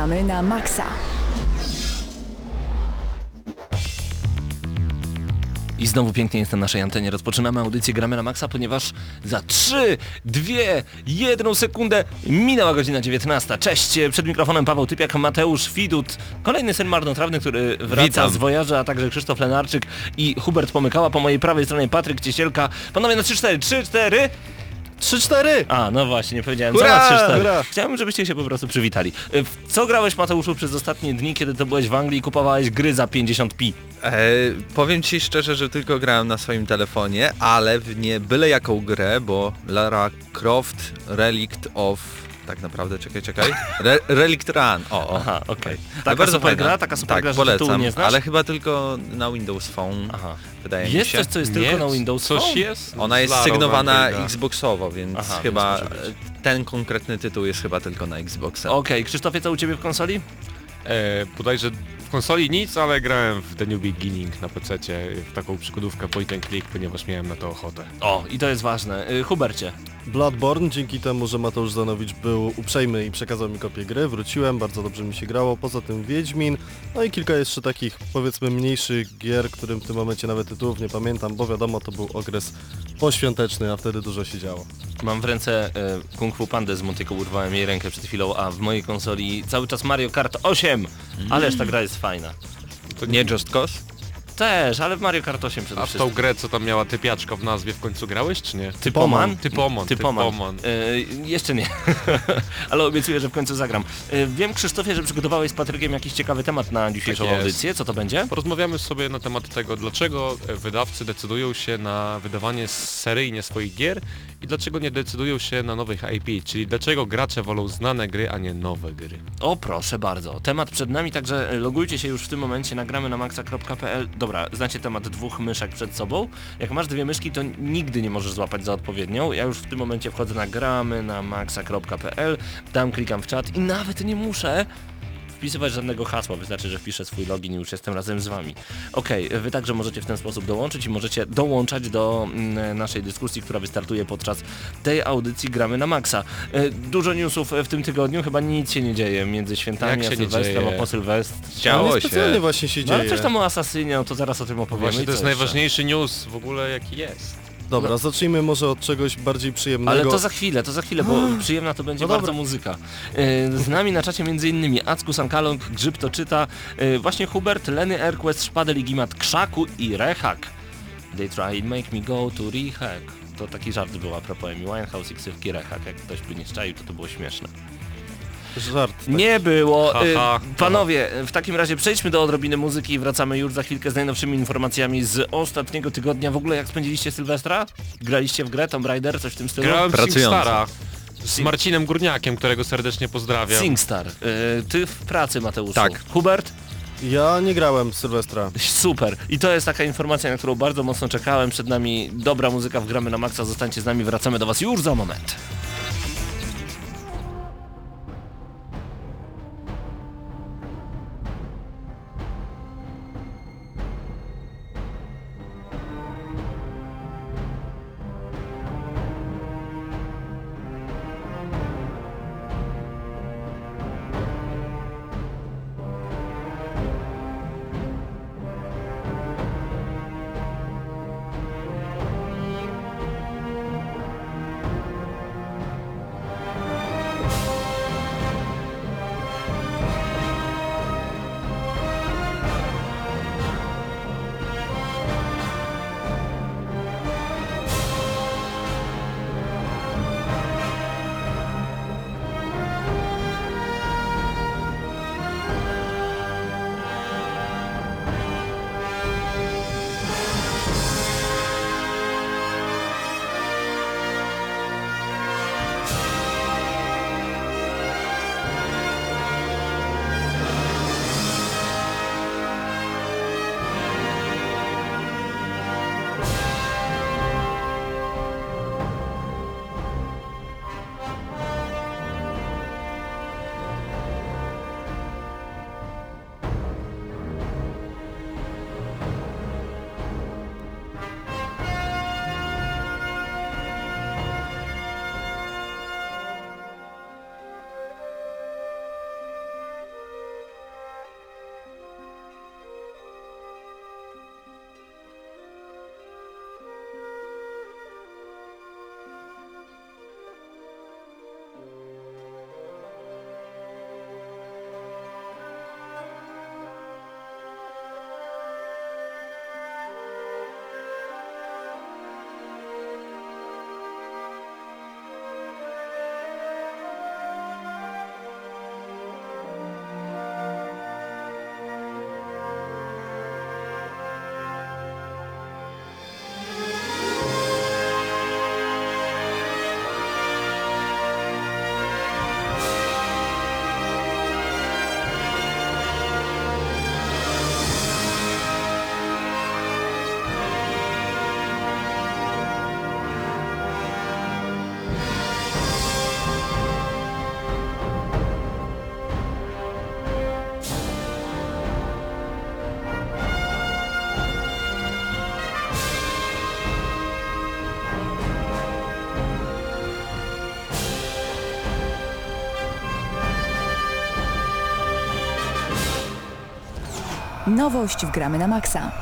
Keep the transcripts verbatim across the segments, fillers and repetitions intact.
Gramy na maksa. I znowu pięknie jest na naszej antenie. Rozpoczynamy audycję Gramy na maksa, ponieważ za trzy, dwie, jedną sekundę minęła godzina dziewiętnasta. Cześć, przed mikrofonem Paweł Typiak, Mateusz Widut, kolejny syn marnotrawny, który wraca Witam. z Wojaża, a także Krzysztof Lenarczyk i Hubert Pomykała. Po mojej prawej stronie Patryk Ciesielka. Panowie na trzy cztery, trzy cztery. trzy cztery! A, no właśnie, nie powiedziałem. Hurra, Co na trzy cztery? hurra. Chciałbym, żebyście się po prostu przywitali. W co grałeś, Mateuszu, przez ostatnie dni, kiedy to byłeś w Anglii i kupowałeś gry za pięćdziesiąt pi? E, powiem ci szczerze, że tylko grałem na swoim telefonie, ale w nie byle jaką grę, bo Lara Croft Relict of... Tak naprawdę, czekaj, czekaj. Re, Relict Run. O, o. Aha, okej. Okay. No Taka bardzo super fajna. gra, taka super tak, gra, że tytułu polecam, nie znasz? ale chyba tylko na Windows Phone, Aha. wydaje mi Jest się. coś, co jest Nie, tylko na Windows coś Phone? jest? Ona jest Zlarą sygnowana wygląda. Xboxowo, więc Aha, chyba więc może być. ten konkretny tytuł jest chyba tylko na Xboxa. Okej, okay. Krzysztofie, co u ciebie w konsoli? E, bodajże w konsoli nic, ale grałem w The New Beginning na pececie, w taką przygodówkę point and click, ponieważ miałem na to ochotę. O, i to jest ważne. Y, Hubercie. Bloodborne, dzięki temu, że Mateusz Zanowicz był uprzejmy i przekazał mi kopię gry, wróciłem, bardzo dobrze mi się grało, poza tym Wiedźmin, no i kilka jeszcze takich, powiedzmy, mniejszych gier, którym w tym momencie nawet tytułów nie pamiętam, bo wiadomo, to był okres poświąteczny, a wtedy dużo się działo. Mam w ręce y, Kung Fu Pandę z Montiego, urwałem jej rękę przed chwilą, a w mojej konsoli cały czas Mario Kart osiem, mm. ależ ta gra jest fajna. To Nie Just Cause? Też, ale w Mario Kart osiem przede A w wszystkim. tą grę, co tam miała typiaczka w nazwie, w końcu grałeś, czy nie? Typoman? Typomon, Typoman. Typomon. Y, jeszcze nie, ale obiecuję, że w końcu zagram. Y, wiem, Krzysztofie, że przygotowałeś z Patrykiem jakiś ciekawy temat na dzisiejszą Tak jest. audycję. Co to będzie? Porozmawiamy sobie na temat tego, dlaczego wydawcy decydują się na wydawanie seryjnie swoich gier i dlaczego nie decydują się na nowych I P, czyli dlaczego gracze wolą znane gry, a nie nowe gry. O, proszę bardzo. Temat przed nami, także logujcie się już w tym momencie, nagramy na maxa kropka p l. Dobra, znacie temat dwóch myszek przed sobą. Jak masz dwie myszki, to nigdy nie możesz złapać za odpowiednią. Ja już w tym momencie wchodzę na gramy na maxa kropka p l, tam klikam w czat i nawet nie muszę wpisywać żadnego hasła, wystarczy, że wpiszę swój login i już jestem razem z wami. Okej, okay, wy także możecie w ten sposób dołączyć i możecie dołączać do mm, naszej dyskusji, która wystartuje podczas tej audycji Gramy na Maxa. E, dużo newsów w tym tygodniu, chyba nic się nie dzieje między świętami Jak a się nie Sylwestrem, a dzieje? po Sylwestrze. Działo No, się. specjalnie właśnie się No dzieje. ale coś tam o Asasynie, no to zaraz o tym opowiemy. Właśnie I to co jest jeszcze? najważniejszy news w ogóle jaki jest. Dobra, zacznijmy może od czegoś bardziej przyjemnego. Ale to za chwilę, to za chwilę, bo przyjemna to będzie No bardzo dobra. muzyka. E, Z nami na czacie między innymi Acku Sankalong, Grzyb to czyta, e, właśnie Hubert, Leny Airquest, Szpadel i Gimat Krzaku i Rehak. They try and make me go to Rehak. To taki żart był a propos Amy Winehouse i ksywki Rehak. Jak ktoś by nie szczaił, to to było śmieszne. Żart. Tak. Nie było. Ha, E, ha. Panowie, w takim razie przejdźmy do odrobiny muzyki i wracamy już za chwilkę z najnowszymi informacjami z ostatniego tygodnia. W ogóle jak spędziliście Sylwestra? Graliście w grę Tomb Raider, coś w tym stylu? Grałem w Pracująco. SingStara z Marcinem Górniakiem, którego serdecznie pozdrawiam. SingStar. Y, ty w pracy, Mateuszu. Tak. Hubert? Ja nie grałem w Sylwestra. Super. I to jest taka informacja, na którą bardzo mocno czekałem. Przed nami dobra muzyka w Gramy na Maxa. Zostańcie z nami, wracamy do was już za moment. Nowość w Gramy na Maxa.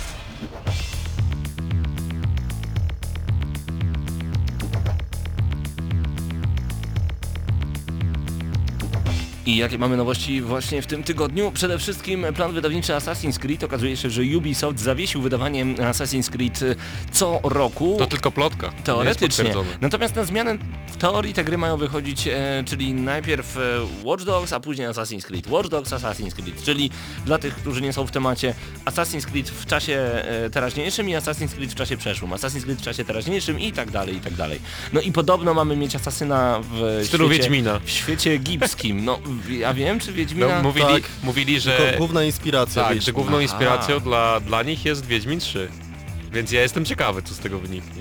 I jakie mamy nowości właśnie w tym tygodniu? Przede wszystkim plan wydawniczy Assassin's Creed. Okazuje się, że Ubisoft zawiesił wydawanie Assassin's Creed co roku. To tylko plotka. Teoretycznie. Natomiast na zmianę w teorii te gry mają wychodzić, e, czyli najpierw e, Watch Dogs, a później Assassin's Creed. Watch Dogs, Assassin's Creed, czyli dla tych, którzy nie są w temacie, Assassin's Creed w czasie e, teraźniejszym i Assassin's Creed w czasie przeszłym, Assassin's Creed w czasie teraźniejszym i tak dalej, i tak dalej. No i podobno mamy mieć asasyna w stylu świecie, Wiedźmina. w świecie egipskim. No ja wiem, czy Wiedźmina... No, mówili, Tak. mówili, Tylko że... główna inspiracja. Tak, Wiedźmin. że główną Aha. inspiracją dla, dla nich jest Wiedźmin trzy. Więc ja jestem ciekawy, co z tego wyniknie.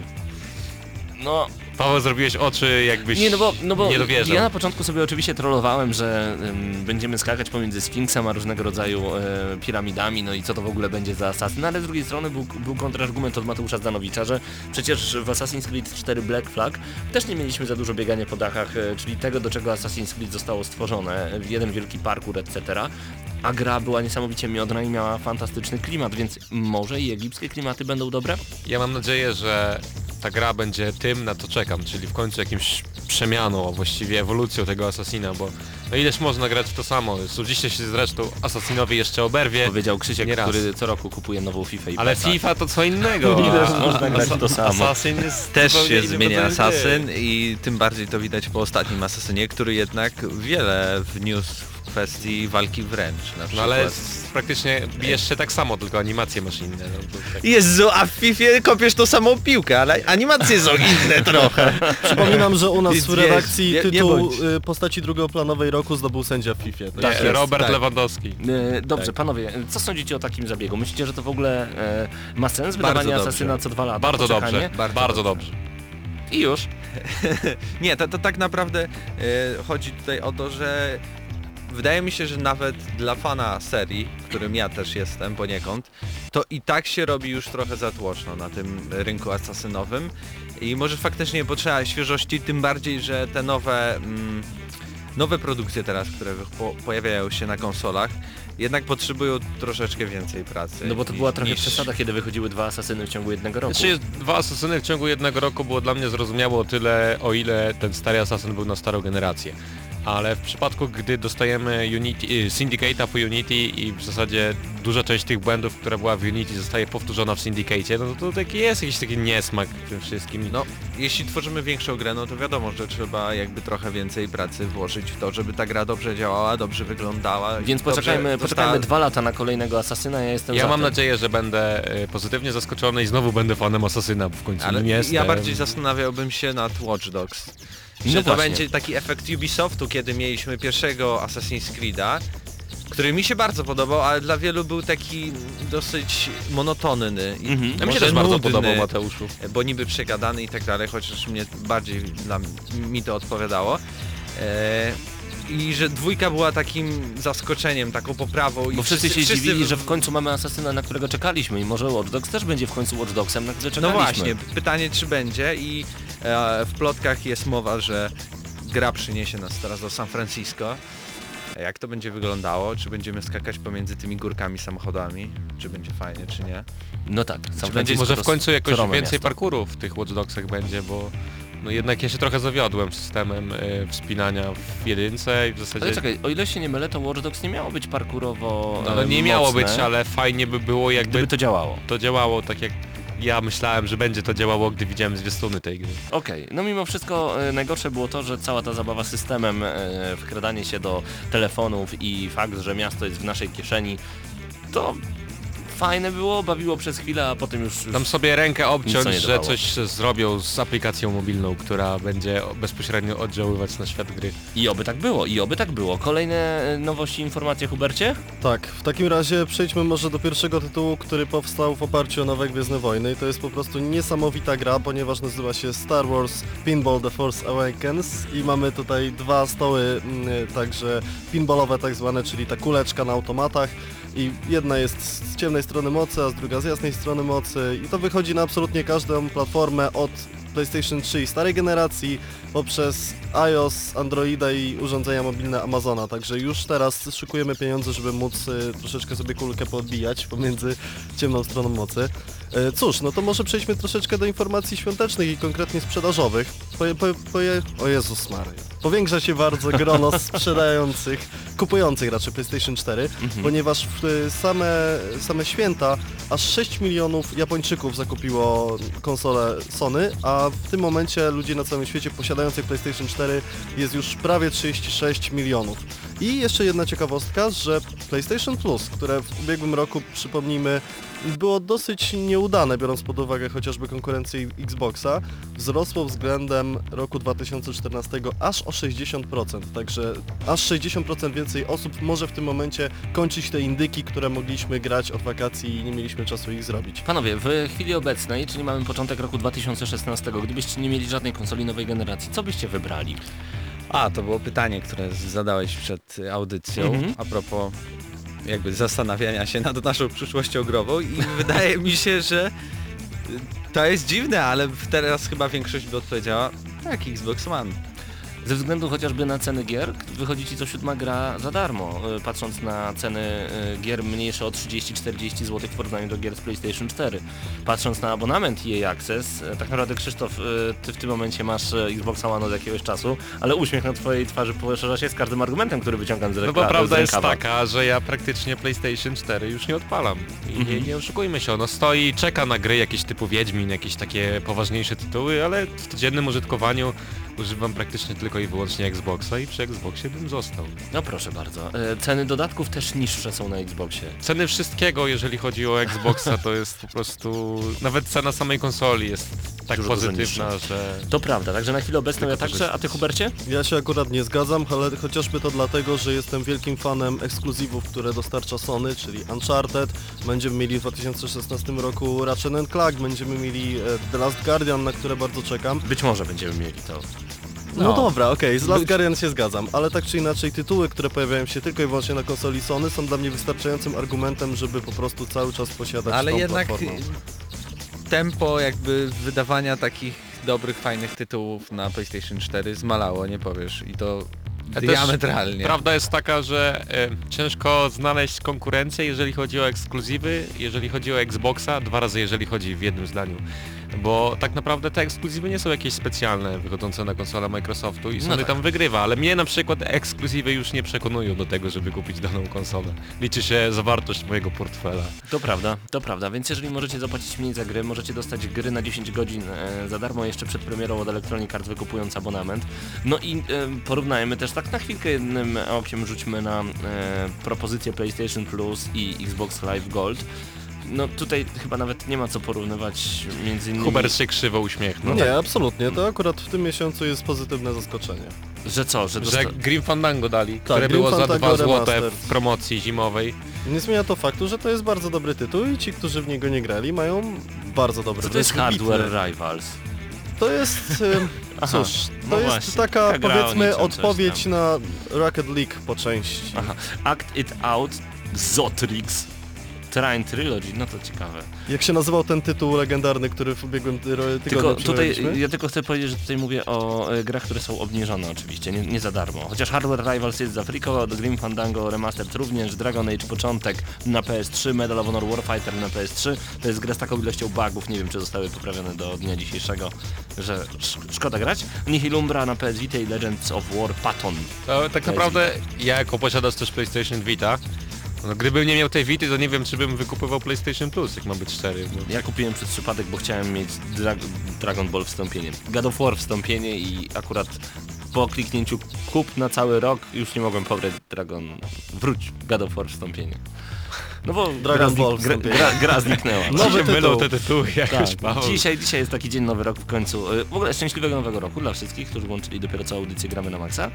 No, Paweł, zrobiłeś oczy, jakbyś nie, no bo, no bo nie dowierzał. ja na początku sobie oczywiście trollowałem, że ym, będziemy skakać pomiędzy Sfinksem a różnego rodzaju e, piramidami, no i co to w ogóle będzie za Assassin, no, ale z drugiej strony był, był kontrargument od Mateusza Zdanowicza, że przecież w Assassin's Creed cztery Black Flag też nie mieliśmy za dużo biegania po dachach, e, czyli tego, do czego Assassin's Creed zostało stworzone, e, jeden wielki parkour, et cetera. A gra była niesamowicie miodna i miała fantastyczny klimat, więc może i egipskie klimaty będą dobre? Ja mam nadzieję, że ta gra będzie tym, na co czekam, czyli w końcu jakimś przemianą, a właściwie ewolucją tego Assassina, bo no ileż można grać w to samo. Służyście się zresztą Assassinowi jeszcze oberwie. Powiedział Krzysiek, nie raz. który co roku kupuje nową FIFA i Ale PESA. FIFA to co innego. Ileż a- można grać w to samo. Assassin jest Też zupełnie się innym zmienia rodzajem gry. Assassin i tym bardziej to widać po ostatnim Assassinie, który jednak wiele wniósł w kwestii walki wręcz na No przykład. ale s- praktycznie bijesz się tak samo, tylko animacje masz inne. No, to tak. Jezu, a w FIFA kopiesz tą samą piłkę, ale animacje są inne trochę. Przypominam, że u nas Więc w wiesz, redakcji nie- nie tytuł bądź. y, postaci drugoplanowej roku zdobył sędzia w FIFA. Nie, Tak jest, Robert tak. Lewandowski. E, Dobrze, Tak. panowie, co sądzicie o takim zabiegu? Myślicie, że to w ogóle e, ma sens wydawanie dobrze. Asasyna co dwa lata? Bardzo poczekanie? dobrze, Bardzo bardzo, dobrze. dobrze. I już. Nie, to, to tak naprawdę e, chodzi tutaj o to, że wydaje mi się, że nawet dla fana serii, którym ja też jestem poniekąd, to i tak się robi już trochę za tłoczno na tym rynku asasynowym i może faktycznie potrzeba świeżości, tym bardziej, że te nowe mm, nowe produkcje teraz, które po, pojawiają się na konsolach, jednak potrzebują troszeczkę więcej pracy. No bo to niż- była trochę niż- przesada, kiedy wychodziły dwa Asasyny w ciągu jednego roku. Znaczy dwa Asasyny w ciągu jednego roku było dla mnie zrozumiałe o tyle, o ile ten stary Assassin był na starą generację. Ale w przypadku, gdy dostajemy Unity, y, Syndicate'a po Unity i w zasadzie duża część tych błędów, która była w Unity, zostaje powtórzona w Syndicate'ie, no to, to taki jest jakiś taki niesmak w tym wszystkim. No, jeśli tworzymy większą grę, no to wiadomo, że trzeba jakby trochę więcej pracy włożyć w to, żeby ta gra dobrze działała, dobrze wyglądała. Więc dobrze poczekajmy, została- poczekajmy dwa lata na kolejnego Asasyna, ja jestem Ja za mam tym. nadzieję, że będę y, pozytywnie zaskoczony i znowu będę fanem Asasyna, bo w końcu Ale nim jestem. ja bardziej zastanawiałbym się nad Watch Dogs. No Że to właśnie. będzie taki efekt Ubisoftu, kiedy mieliśmy pierwszego Assassin's Creed'a, który mi się bardzo podobał, ale dla wielu był taki dosyć monotonny. i Mhm. Ja mi się może też bardzo nudny, podobał, Mateuszu. bo niby przegadany i tak dalej, chociaż mnie bardziej dla, mi to odpowiadało. E, I że dwójka była takim zaskoczeniem, taką poprawą. Bo i wszyscy się wszyscy dziwili, że w końcu mamy Asasyna, na którego czekaliśmy i może Watch Dogs też będzie w końcu Watch Dogsem, na który No czekaliśmy. właśnie, pytanie czy będzie i e, w plotkach jest mowa, że gra przyniesie nas teraz do San Francisco. Jak to będzie wyglądało? Czy będziemy skakać pomiędzy tymi górkami samochodami? Czy będzie fajnie, czy nie? No tak, San Będzie Francisco może to w końcu jakoś szarome więcej miasto. parkouru w tych Watch Dogsach będzie, bo no jednak ja się trochę zawiodłem systemem y, wspinania w jedynce i w zasadzie... Ale czekaj, o ile się nie mylę, to Watch Dogs nie miało być parkurowo No, no nie e, miało mocne, być, ale fajnie by było jakby gdyby to działało. to działało tak jak ja myślałem, że będzie to działało, gdy widziałem zwiastuny tej gry. Okej, no mimo wszystko e, najgorsze było to, że cała ta zabawa systemem, e, wkradanie się do telefonów i fakt, że miasto jest w naszej kieszeni, to fajne było, bawiło przez chwilę, a potem już... już... Tam sobie rękę Nic obciąć, to nie że dawało. coś zrobią z aplikacją mobilną, która będzie bezpośrednio oddziaływać na świat gry. I oby tak było, i oby tak było. Kolejne e, nowości, informacje, Hubercie? Tak, w takim razie przejdźmy może do pierwszego tytułu, który powstał w oparciu o nowe Gwiezdne Wojny i to jest po prostu niesamowita gra, ponieważ nazywa się Star Wars Pinball The Force Awakens i mamy tutaj dwa stoły, mm, także pinballowe tak zwane, czyli ta kuleczka na automatach i jedna jest z ciemnej strony mocy, a z druga z jasnej strony mocy i to wychodzi na absolutnie każdą platformę od PlayStation trzy i starej generacji, poprzez iOS, Androida i urządzenia mobilne Amazona, także już teraz szykujemy pieniądze, żeby móc y, troszeczkę sobie kulkę podbijać pomiędzy ciemną stroną mocy. Y, cóż, no to może przejdźmy troszeczkę do informacji świątecznych i konkretnie sprzedażowych. Po, po, po, o Jezus Maria. Powiększa się bardzo grono sprzedających, kupujących raczej PlayStation cztery, mhm. ponieważ w y, same, same święta aż sześć milionów Japończyków zakupiło konsolę Sony, a w tym momencie ludzi na całym świecie posiadających PlayStation cztery jest już prawie trzydzieści sześć milionów. I jeszcze jedna ciekawostka, że PlayStation Plus, które w ubiegłym roku, przypomnijmy, było dosyć nieudane, biorąc pod uwagę chociażby konkurencję Xboxa, wzrosło względem roku dwa tysiące czternastego aż o sześćdziesiąt procent, także aż sześćdziesiąt procent więcej osób może w tym momencie kończyć te indyki, które mogliśmy grać od wakacji i nie mieliśmy czasu ich zrobić. Panowie, w chwili obecnej, czyli mamy początek roku dwa tysiące szesnastego, gdybyście nie mieli żadnej konsoli nowej generacji, co byście wybrali? A, to było pytanie, które zadałeś przed audycją, Mhm. a propos jakby zastanawiania się nad naszą przyszłością grową i wydaje mi się, że to jest dziwne, ale teraz chyba większość by odpowiedziała tak, Xbox One. Ze względu chociażby na ceny gier, wychodzi ci co siódma gra za darmo, y, patrząc na ceny y, gier mniejsze o trzydzieści czterdzieści złotych w porównaniu do gier z PlayStation cztery. Patrząc na abonament E A Access, y, tak naprawdę Krzysztof, y, ty w tym momencie masz y, Xboxa One od jakiegoś czasu, ale uśmiech na twojej twarzy poszerza się z każdym argumentem, który wyciągam z No reklamy. bo prawda z jest rękawa. taka, że ja praktycznie PlayStation cztery już nie odpalam. I nie, Mhm. nie oszukujmy się, ono stoi, czeka na gry jakieś typu Wiedźmin, jakieś takie poważniejsze tytuły, ale w codziennym użytkowaniu używam praktycznie tylko i wyłącznie Xboxa i przy Xboxie bym został. No proszę bardzo. Y, ceny dodatków też niższe są na Xboxie. Ceny wszystkiego, jeżeli chodzi o Xboxa, to jest po prostu... Nawet cena samej konsoli jest tak Dużo, dużo pozytywna, że... To prawda, także na chwilę obecną Tylko ja także, korzystać. a ty Hubercie? Ja się akurat nie zgadzam, ale chociażby to dlatego, że jestem wielkim fanem ekskluzywów, które dostarcza Sony, czyli Uncharted. Będziemy mieli w dwa tysiące szesnastym roku Ratchet and Clank, będziemy mieli e, The Last Guardian, na które bardzo czekam. Być może będziemy mieli to. No, No. dobra, okej, z Last Być- Guardian się zgadzam, ale tak czy inaczej tytuły, które pojawiają się tylko i wyłącznie na konsoli Sony są dla mnie wystarczającym argumentem, żeby po prostu cały czas posiadać Ale tą jednak platformą. y, tempo jakby wydawania takich dobrych, fajnych tytułów na PlayStation cztery zmalało, nie powiesz, i to Ja też- diametralnie. Prawda jest taka, że e, ciężko znaleźć konkurencję, jeżeli chodzi o ekskluzywy, jeżeli chodzi o Xboxa, dwa razy jeżeli chodzi w jednym zdaniu. Bo tak naprawdę te ekskluzywy nie są jakieś specjalne, wychodzące na konsolę Microsoftu i Sony tak. tam wygrywa, ale mnie na przykład ekskluzywy już nie przekonują do tego, żeby kupić daną konsolę. Liczy się zawartość mojego portfela. To prawda, to prawda, więc jeżeli możecie zapłacić mniej za gry, możecie dostać gry na dziesięć godzin e, za darmo jeszcze przed premierą od Electronic Arts, wykupując abonament. No i e, porównajmy też tak na chwilkę jednym okiem rzućmy na e, propozycję PlayStation Plus i Xbox Live Gold. No tutaj chyba nawet nie ma co porównywać między innymi... Hubert się krzywo uśmiechnął. Nie, absolutnie, to akurat w tym miesiącu jest pozytywne zaskoczenie. Że co, że Że dosta... Grim Fandango dali, które Grim było za Fandango dwa złote Remastered. w promocji zimowej. Nie zmienia to faktu, że to jest bardzo dobry tytuł i ci, którzy w niego nie grali, mają bardzo dobry, Co to jest wręcz wybitny. Hardware Rivals? To jest, ym, Aha, cóż, no to jest właśnie, taka, taka gra o powiedzmy, niczym, coś odpowiedź tam. na Rocket League po części. Aha. Act It Out, Zotrix, Trine Trilogy, no to ciekawe. Jak się nazywał ten tytuł legendarny, który w ubiegłym ty- tygodniu Tylko tutaj, przyjęliśmy? ja tylko chcę powiedzieć, że tutaj mówię o e, grach, które są obniżone oczywiście, nie, nie za darmo. Chociaż Hardware Rivals jest za friko, Grim Fandango Remastered również, Dragon Age Początek na P S trzy, Medal of Honor Warfighter na P S trzy. To jest gra z taką ilością bugów, nie wiem czy zostały poprawione do dnia dzisiejszego, że sz szkoda grać. Nihilumbra na P S Vita i Legends of War Patton. To, tak naprawdę ja jako posiadacz też PlayStation Vita, no, gdybym nie miał tej Vity, to nie wiem czy bym wykupywał PlayStation Plus, jak ma być cztery. Bo... Ja kupiłem przez przypadek, bo chciałem mieć Dra Dragon Ball wstąpienie. God of War wstąpienie i akurat po kliknięciu kup na cały rok już nie mogłem pobrać Dragon... Wróć, God of War wstąpienie. No bo Dragon gra, zni- Ball gra, wstąpienie. gra, gra zniknęła. Nowy się mylą tytuł. te tytuły jakoś, Tak, Paweł. dzisiaj, dzisiaj jest taki dzień, nowy rok w końcu. E, W ogóle szczęśliwego nowego roku dla wszystkich, którzy włączyli dopiero co audycję Gramy na Maxa.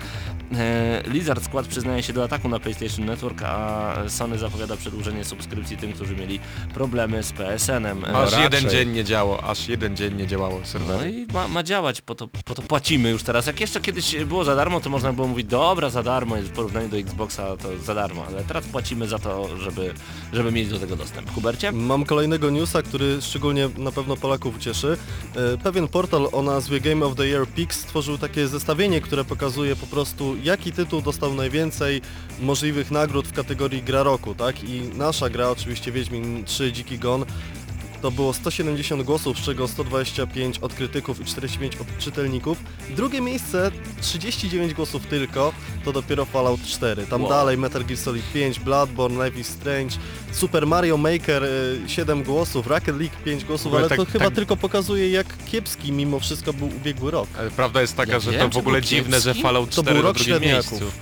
E, Lizard Squad przyznaje się do ataku na PlayStation Network, a Sony zapowiada przedłużenie subskrypcji tym, którzy mieli problemy z P S N-em. E, Aż raczej. jeden dzień nie działało, aż jeden dzień nie działało No serwer. i ma, ma działać, po to, po to płacimy już teraz. Jak jeszcze kiedyś było za darmo, to można było mówić, dobra, za darmo, jest w porównaniu do Xboxa to za darmo, ale teraz płacimy za to, żeby żeby mieć do tego dostęp. Hubercie? Mam kolejnego newsa, który szczególnie na pewno Polaków ucieszy. E, Pewien portal o nazwie Game of the Year Picks stworzył takie zestawienie, które pokazuje po prostu, jaki tytuł dostał najwięcej możliwych nagród w kategorii gra roku, tak? I nasza gra, oczywiście Wiedźmin trzy Dziki Gon, to było sto siedemdziesiąt głosów, z czego sto dwadzieścia pięć od krytyków i czterdzieści pięć od czytelników. Drugie miejsce, trzydzieści dziewięć głosów tylko, to dopiero Fallout cztery. Tam Wow. dalej Metal Gear Solid pięć, Bloodborne, Life is Strange, Super Mario Maker y, siedem głosów, Rocket League pięć głosów, ogóle ale tak- to chyba tak- tylko pokazuje, jak kiepski mimo wszystko był ubiegły rok. Ale prawda jest taka, Ja że wiem, to czy w ogóle był dziwne, że kiepski? Fallout To cztery był na rok drugim średniaków. miejscu.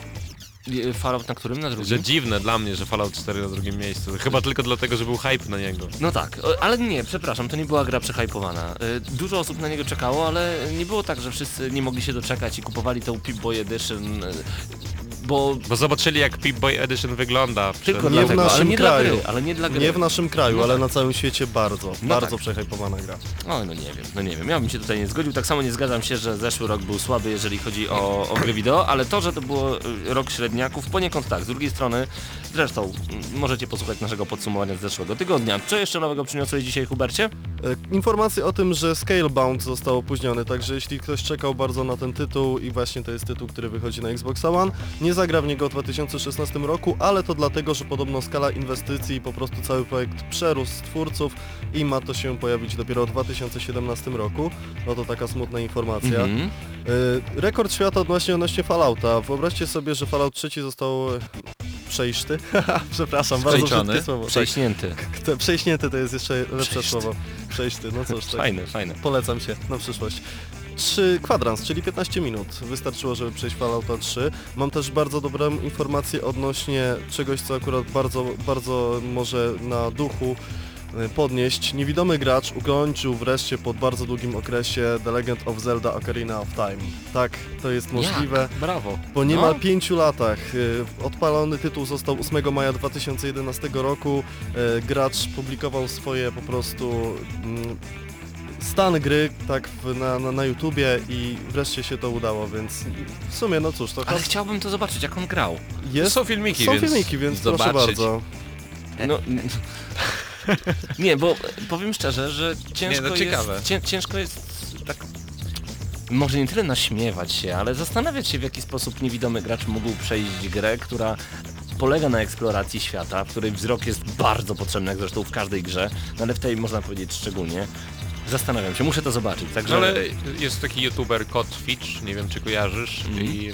Y, Fallout na którym? Na drugim? Że dziwne dla mnie, że Fallout cztery na drugim miejscu. Chyba tylko dlatego, że był hype na niego. No tak, o, ale nie, przepraszam, to nie była gra przehypowana. Y, Dużo osób na niego czekało, ale nie było tak, że wszyscy nie mogli się doczekać i kupowali tą Pip-Boy Edition, y, bo Bo zobaczyli, jak Pip-Boy Edition wygląda. tylko nie w dlatego, ale naszym nie kraju. dla gry, ale nie dla gry. Nie w naszym kraju, No ale tak. na całym świecie bardzo, No bardzo tak. przehypowana gra. Oj, no nie wiem, no nie wiem, ja bym się tutaj nie zgodził, tak samo nie zgadzam się, że zeszły rok był słaby, jeżeli chodzi o, o gry wideo, ale to, że to było y, rok średniaków, poniekąd tak, z drugiej strony, zresztą m, możecie posłuchać naszego podsumowania z zeszłego tygodnia. Co jeszcze nowego przyniosłeś dzisiaj, Hubercie? E, Informacje o tym, że Scalebound został opóźniony, także jeśli ktoś czekał bardzo na ten tytuł i właśnie to jest tytuł, który wychodzi na Xbox One, nie zagra w niego w dwa tysiące szesnastym roku, ale to dlatego, że podobno skala inwestycji i po prostu cały projekt przerósł z twórców i ma to się pojawić dopiero w dwa tysiące siedemnastym roku. No to taka smutna informacja. Mhm. E, Rekord świata odnośnie odnośnie Fallouta. Wyobraźcie sobie, że Fallout trzy został e, przejrzty. Przepraszam, bardzo Przejrzony. brzydkie słowo. Tak. Przejśnięty. Te- Przejśnięty to jest jeszcze lepsze Przejrzty. słowo. Przejśty, no cóż, tak. Fajne, fajne. Polecam się na przyszłość. trzy kwadrans, czyli piętnaście minut wystarczyło, żeby przejść Fallouta trzy. Mam też bardzo dobrą informację odnośnie czegoś, co akurat bardzo, bardzo może na duchu y, podnieść. Niewidomy gracz ukończył wreszcie po bardzo długim okresie The Legend of Zelda Ocarina of Time. Tak, to jest możliwe. Jak? Brawo. Po niemal No. pięciu latach y, odpalony tytuł został ósmego maja dwa tysiące jedenastego roku. Y, gracz publikował swoje po prostu mm, stan gry tak w, na, na, na YouTubie i wreszcie się to udało, więc w sumie no cóż, to Ale chyba chciałbym to zobaczyć, jak on grał. jest... Są filmiki, Są więc filmiki, więc proszę zobaczyć. bardzo. No, nie, bo powiem szczerze, że ciężko Nie, no ciekawe. jest, cię, ciężko jest tak, może nie tyle naśmiewać się, ale zastanawiać się, w jaki sposób niewidomy gracz mógł przejść grę, która polega na eksploracji świata, w której wzrok jest bardzo potrzebny, jak zresztą w każdej grze, no ale w tej można powiedzieć szczególnie. Zastanawiam się, muszę to zobaczyć, także... No ale jest taki youtuber Cod Fitch, nie wiem czy kojarzysz, Mhm. i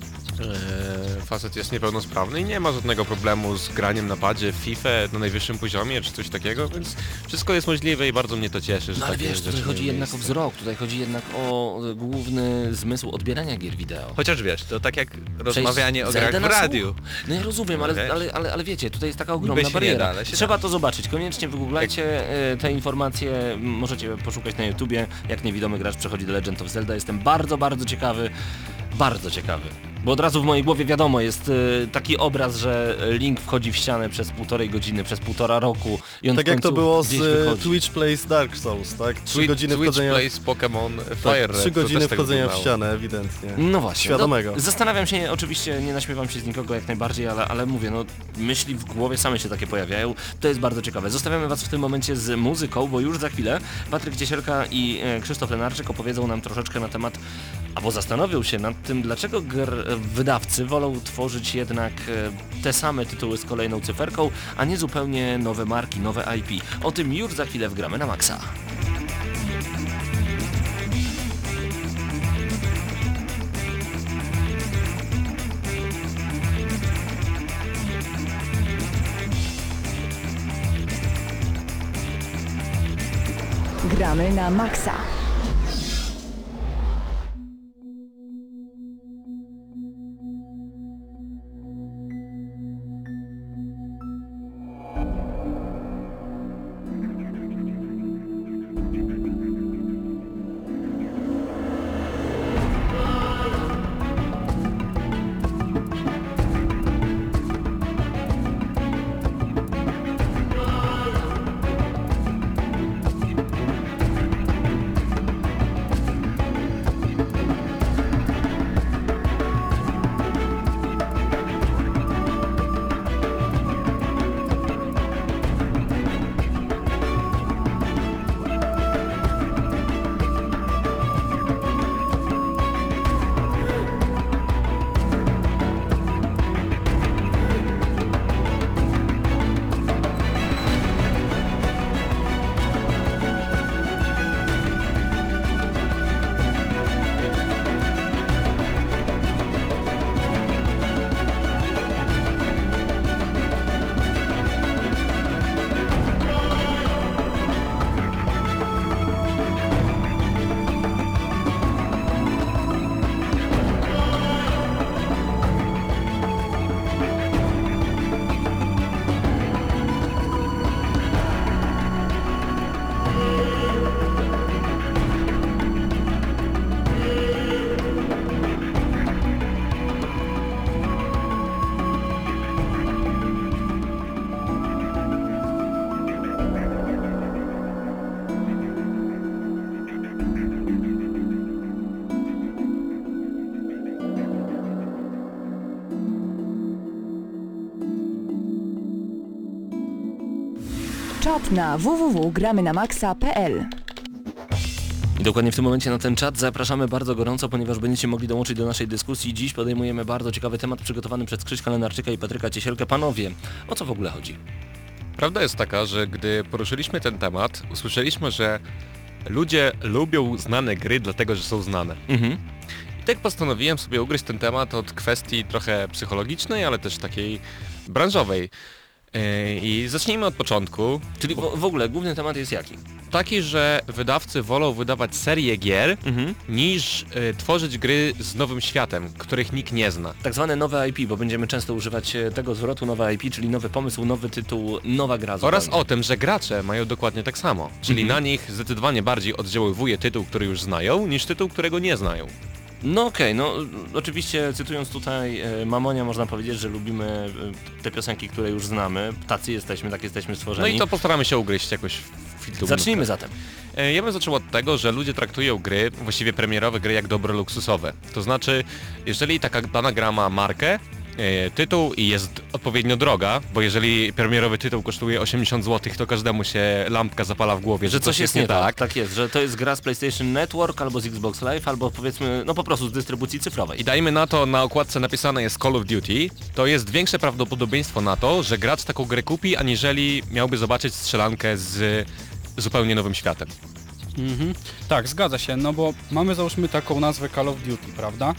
e, facet jest niepełnosprawny i nie ma żadnego problemu z graniem na padzie w FIFA na najwyższym poziomie czy coś takiego, więc wszystko jest możliwe i bardzo mnie to cieszy, że No ale takie wiesz, tutaj rzeczy chodzi mają jednak o miejsce. wzrok, tutaj chodzi jednak o e, główny zmysł odbierania gier wideo. Chociaż wiesz, to tak jak rozmawianie o Zeldę grach w na słuch? radiu. No ja rozumiem, ale, Wiesz? ale, ale, ale wiecie, tutaj jest taka Niby ogromna się nie bariera. da, ale się Trzeba da. to zobaczyć, koniecznie wygooglajcie e, te informacje, m, możecie poszukać na YouTubie, jak niewidomy gracz przechodzi do Legend of Zelda. Jestem bardzo, bardzo ciekawy, bardzo ciekawy. Bo od razu w mojej głowie wiadomo, jest e, taki obraz, że Link wchodzi w ścianę przez półtorej godziny, przez półtora roku i on Tak w jak to końcu było z gdzieś e, wychodzi. Twitch Plays Dark Souls, tak? Trzy Twitch, godziny Twitch wchodzenia... Plays Pokémon Fire Tak, Red, trzy to godziny też tak wchodzenia w wyglądało. ścianę, ewidentnie. No właśnie. Świadomego. No, zastanawiam się, oczywiście nie naśmiewam się z nikogo jak najbardziej, ale, ale mówię, no myśli w głowie same się takie pojawiają. To jest bardzo ciekawe. Zostawiamy was w tym momencie z muzyką, bo już za chwilę Patryk Ciesielka i e, Krzysztof Lenarczyk opowiedzą nam troszeczkę na temat, albo zastanowią się nad tym, dlaczego gr- wydawcy wolą tworzyć jednak e, te same tytuły z kolejną cyferką, a nie zupełnie nowe marki, nowe I P. O tym już za chwilę wgramy na maksa. Gramy na maksa. czat na w w w kropka gramy na maxa kropka p l. I dokładnie w tym momencie na ten czat zapraszamy bardzo gorąco, ponieważ będziecie mogli dołączyć do naszej dyskusji. Dziś podejmujemy bardzo ciekawy temat przygotowany przez Krzyśka Lenarczyka i Patryka Ciesielkę. Panowie, o co w ogóle chodzi? Prawda jest taka, że gdy poruszyliśmy ten temat, usłyszeliśmy, że ludzie lubią znane gry dlatego, że są znane. Mhm. I tak postanowiłem sobie ugryźć ten temat od kwestii trochę psychologicznej, ale też takiej branżowej. Yy, I zacznijmy od początku. Czyli w, w ogóle główny temat jest jaki? Taki, że wydawcy wolą wydawać serię gier, Mhm. niż y, tworzyć gry z nowym światem, których nikt nie zna. Tak zwane nowe I P, bo będziemy często używać e, tego zwrotu nowe I P, czyli nowy pomysł, nowy tytuł, nowa gra zupełnie. Oraz o tym, że gracze mają dokładnie tak samo. Czyli Mhm. na nich zdecydowanie bardziej oddziaływuje tytuł, który już znają, niż tytuł, którego nie znają. No okej, no oczywiście cytując tutaj e, Mamonia można powiedzieć, że lubimy e, te piosenki, które już znamy. Tacy jesteśmy, tak jesteśmy stworzeni. No i to postaramy się ugryźć jakoś w filtru. Zacznijmy zatem. E, Ja bym zaczął od tego, że ludzie traktują gry, właściwie premierowe gry, jak dobro luksusowe. To znaczy, jeżeli taka dana gra ma markę, e, tytuł i jest odpowiednio droga, bo jeżeli premierowy tytuł kosztuje osiemdziesiąt złotych, to każdemu się lampka zapala w głowie, Że coś jest nie tak. Tak jest, że to jest gra z PlayStation Network albo z Xbox Live, albo powiedzmy, no po prostu z dystrybucji cyfrowej. I dajmy na to, na okładce napisane jest Call of Duty, to jest większe prawdopodobieństwo na to, że gracz taką grę kupi, aniżeli miałby zobaczyć strzelankę z zupełnie nowym światem. Mhm. Tak, zgadza się, no bo mamy załóżmy taką nazwę Call of Duty, prawda?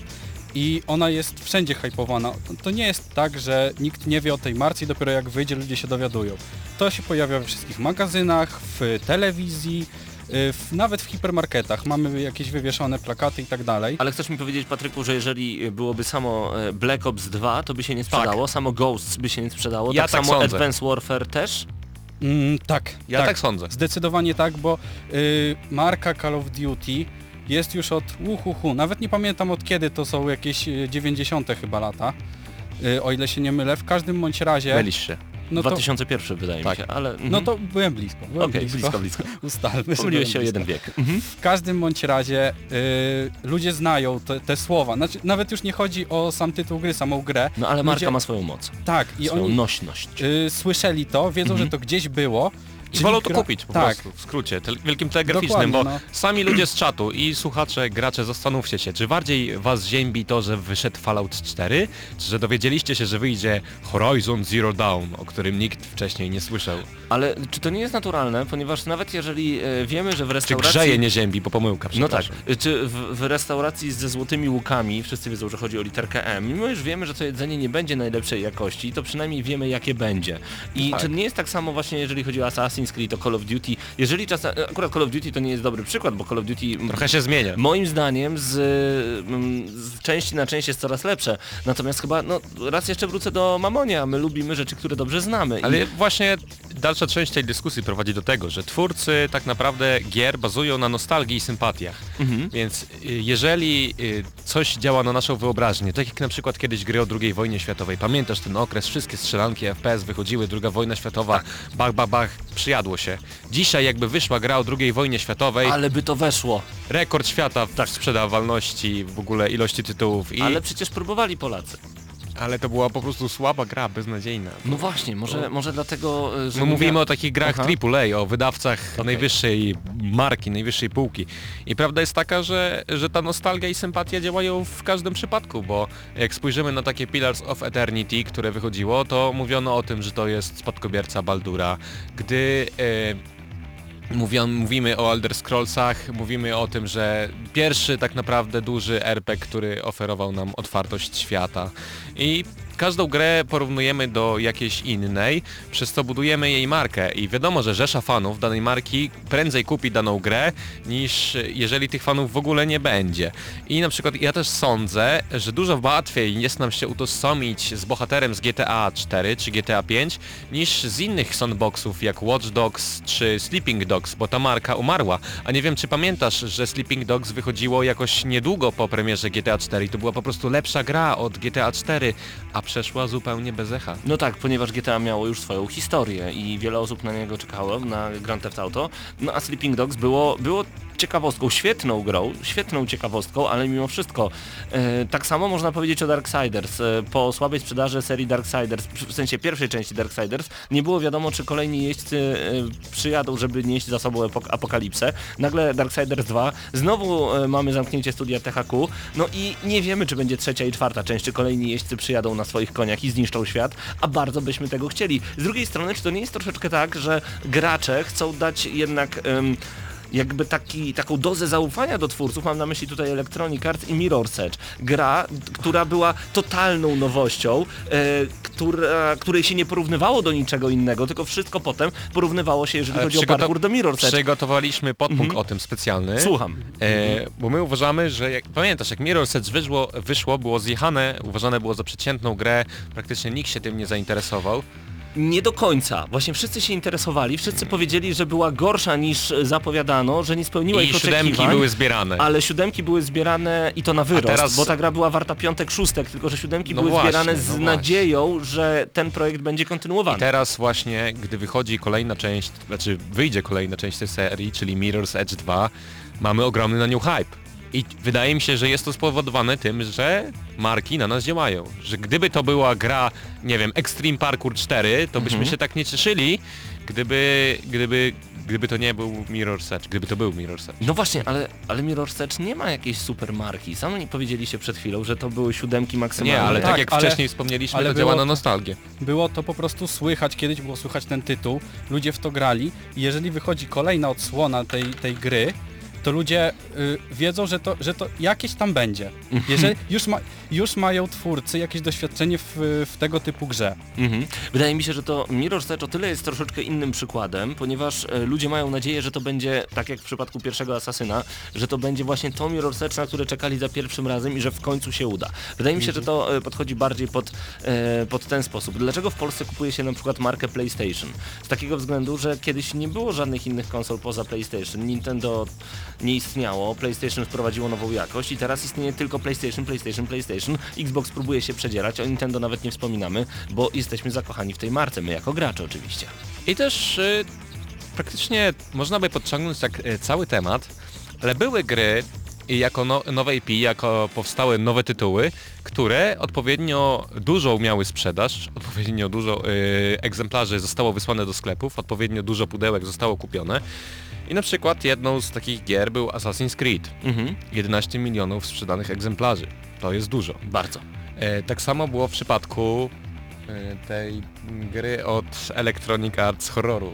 I ona jest wszędzie hypowana. To nie jest tak, że nikt nie wie o tej marce i dopiero jak wyjdzie, ludzie się dowiadują. To się pojawia we wszystkich magazynach, w telewizji, w, nawet w hipermarketach. Mamy jakieś wywieszone plakaty i tak dalej. Ale chcesz mi powiedzieć, Patryku, że jeżeli byłoby samo e, Black Ops dwa, to by się nie sprzedało, samo Ghosts by się nie sprzedało, Ja tak, tak samo sądzę. Advanced Warfare też? Mm, tak, Ja tak sądzę. Zdecydowanie tak, bo y, marka Call of Duty jest już od uhuhu, nawet nie pamiętam od kiedy, to są jakieś y, dziewięćdziesiąte chyba lata, y, o ile się nie mylę. W każdym bądź razie, Mylisz się. no to, dwa tysiące jeden wydaje Tak. mi się, ale... mhm. no to byłem blisko, byłem Okej, blisko. blisko, blisko. Ustalmy, że Pomyliłeś się o byłem jeden blisko. wiek. Mhm. W każdym bądź razie y, ludzie znają te, te słowa, znaczy, nawet już nie chodzi o sam tytuł gry, samą grę. No ale marka Ludzie- ma swoją moc, Tak, i swoją oni nośność. y, słyszeli to, wiedzą, Mhm. że to gdzieś było. I czyli wolą to gra- kupić po tak, prostu, w skrócie, te, wielkim telegraficznym, bo Dokładnie, no. sami ludzie z czatu i słuchacze, gracze, zastanówcie się, czy bardziej was ziębi to, że wyszedł Fallout cztery, czy że dowiedzieliście się, że wyjdzie Horizon Zero Dawn, o którym nikt wcześniej nie słyszał. Ale czy to nie jest naturalne, ponieważ nawet jeżeli e, wiemy, że w Czy restauracji... grzeje nie ziębi, bo pomyłka, No tak, przepraszam. czy w, w restauracji ze złotymi łukami, wszyscy wiedzą, że chodzi o literkę M, mimo już wiemy, że to jedzenie nie będzie najlepszej jakości, to przynajmniej wiemy, jakie będzie. I Tak. czy nie jest tak samo właśnie, jeżeli chodzi o Assassin's Creed, o Call of Duty, jeżeli czasem, akurat Call of Duty to nie jest dobry przykład, bo Call of Duty m, Trochę się zmienia. moim zdaniem z, mm, z części na część jest coraz lepsze, natomiast chyba, no raz jeszcze wrócę do Mamonia, my lubimy rzeczy, które dobrze znamy. Ale I, właśnie dalsza część tej dyskusji prowadzi do tego, że twórcy tak naprawdę gier bazują na nostalgii i sympatiach. mhm. Więc y, jeżeli y, coś działa na naszą wyobraźnię, tak jak na przykład kiedyś gry o drugiej wojnie światowej, pamiętasz ten okres, wszystkie strzelanki F P S wychodziły, druga wojna światowa, bach, bach, bach, przyjadło się. Dzisiaj jakby wyszła gra o drugiej wojnie światowej, Ale by to weszło. rekord świata w sprzedawalności, w ogóle ilości tytułów i... Ale przecież próbowali Polacy. Ale to była po prostu słaba gra, beznadziejna. No właśnie, może, może dlatego, e, że... No mówimy mówię- o takich grach Aha. triple A, o wydawcach Okej. najwyższej marki, najwyższej półki. I prawda jest taka, że, że ta nostalgia i sympatia działają w każdym przypadku, bo jak spojrzymy na takie Pillars of Eternity, które wychodziło, to mówiono o tym, że to jest spadkobierca Baldura. Gdy... E, Mówią, mówimy o Elder Scrollsach, mówimy o tym, że pierwszy tak naprawdę duży R P G, który oferował nam otwartość świata. I każdą grę porównujemy do jakiejś innej, przez co budujemy jej markę i wiadomo, że rzesza fanów danej marki prędzej kupi daną grę, niż jeżeli tych fanów w ogóle nie będzie. I na przykład ja też sądzę, że dużo łatwiej jest nam się utożsamić z bohaterem z G T A cztery czy G T A pięć, niż z innych sandboxów jak Watch Dogs czy Sleeping Dogs, bo ta marka umarła. A nie wiem, czy pamiętasz, że Sleeping Dogs wychodziło jakoś niedługo po premierze G T A cztery i to była po prostu lepsza gra od G T A cztery, a przeszła zupełnie bez echa. No tak, ponieważ G T A miało już swoją historię i wiele osób na niego czekało, na Grand Theft Auto, no a Sleeping Dogs było, było ciekawostką, świetną grą, świetną ciekawostką, ale mimo wszystko e, tak samo można powiedzieć o Darksiders. E, po słabej sprzedaży serii Darksiders, w sensie pierwszej części Darksiders, nie było wiadomo, czy kolejni jeźdźcy e, przyjadą, żeby nieść za sobą epok- apokalipsę. Nagle Darksiders dwa, znowu e, mamy zamknięcie studia T H Q, no i nie wiemy, czy będzie trzecia i czwarta część, czy kolejni jeźdźcy przyjadą na swoich koniach i zniszczą świat, a bardzo byśmy tego chcieli. Z drugiej strony, czy to nie jest troszeczkę tak, że gracze chcą dać jednak um, jakby taki, taką dozę zaufania do twórców, mam na myśli tutaj Electronic Arts i Mirror's Edge. Gra, która była totalną nowością, e, która, której się nie porównywało do niczego innego, tylko wszystko potem porównywało się, jeżeli Ale chodzi o przygotow- parkour, do Mirror's Edge. Przygotowaliśmy podpunkt Mhm. o tym specjalny. Słucham. E, bo my uważamy, że jak, pamiętasz, jak Mirror's Edge wyszło, wyszło, było zjechane, uważane było za przeciętną grę, praktycznie nikt się tym nie zainteresował. Nie do końca. Właśnie wszyscy się interesowali, wszyscy powiedzieli, że była gorsza niż zapowiadano, że nie spełniła ich I siódemki oczekiwań. były zbierane. Ale siódemki były zbierane i to na wyrost, teraz- bo ta gra była warta piątek, szóstek, tylko że siódemki No były właśnie, zbierane no z właśnie. nadzieją, że ten projekt będzie I kontynuowany. teraz właśnie, gdy wychodzi kolejna część, znaczy wyjdzie kolejna część tej serii, czyli Mirror's Edge dwa, mamy ogromny na nią hype. I wydaje mi się, że jest to spowodowane tym, że marki na nas działają. Że gdyby to była gra, nie wiem, Extreme Parkour cztery, to byśmy Mhm. się tak nie cieszyli, gdyby, gdyby, gdyby to nie był Mirror's Edge, gdyby to był Mirror's Edge. No właśnie, ale, ale Mirror's Edge nie ma jakiejś super marki. Sami powiedzieliście przed chwilą, że to były siódemki maksymalnie. Nie, ale tak, Tak, jak ale- wcześniej wspomnieliśmy, ale to działa było- na nostalgię. Było to po prostu słychać, kiedyś było słychać ten tytuł, ludzie w to grali i jeżeli wychodzi kolejna odsłona tej, tej gry, to ludzie y, wiedzą, że to, że to jakieś tam będzie. Jeżeli już, ma, już mają twórcy jakieś doświadczenie w, w tego typu grze. Mhm. Wydaje mi się, że to Mirror's Edge o tyle jest troszeczkę innym przykładem, ponieważ e, ludzie mają nadzieję, że to będzie, tak jak w przypadku pierwszego Asasyna, że to będzie właśnie to Mirror's Edge, na które czekali za pierwszym razem i że w końcu się uda. Wydaje mi się, że to e, podchodzi bardziej pod, e, pod ten sposób. Dlaczego w Polsce kupuje się na przykład markę PlayStation? Z takiego względu, że kiedyś nie było żadnych innych konsol poza PlayStation. Nintendo nie istniało, PlayStation wprowadziło nową jakość i teraz istnieje tylko PlayStation, PlayStation, PlayStation. Xbox próbuje się przedzierać, o Nintendo nawet nie wspominamy, bo jesteśmy zakochani w tej marce, my jako gracze oczywiście. I też y, praktycznie można by podciągnąć tak y, cały temat, ale były gry i jako no, nowe I P, jako powstały nowe tytuły, które odpowiednio dużo miały sprzedaż, odpowiednio dużo y, egzemplarzy zostało wysłane do sklepów, odpowiednio dużo pudełek zostało kupione. I na przykład jedną z takich gier był Assassin's Creed. Mhm, jedenaście milionów sprzedanych egzemplarzy. To jest dużo. bardzo. E, tak samo było w przypadku e, tej gry od Electronic Arts horroru.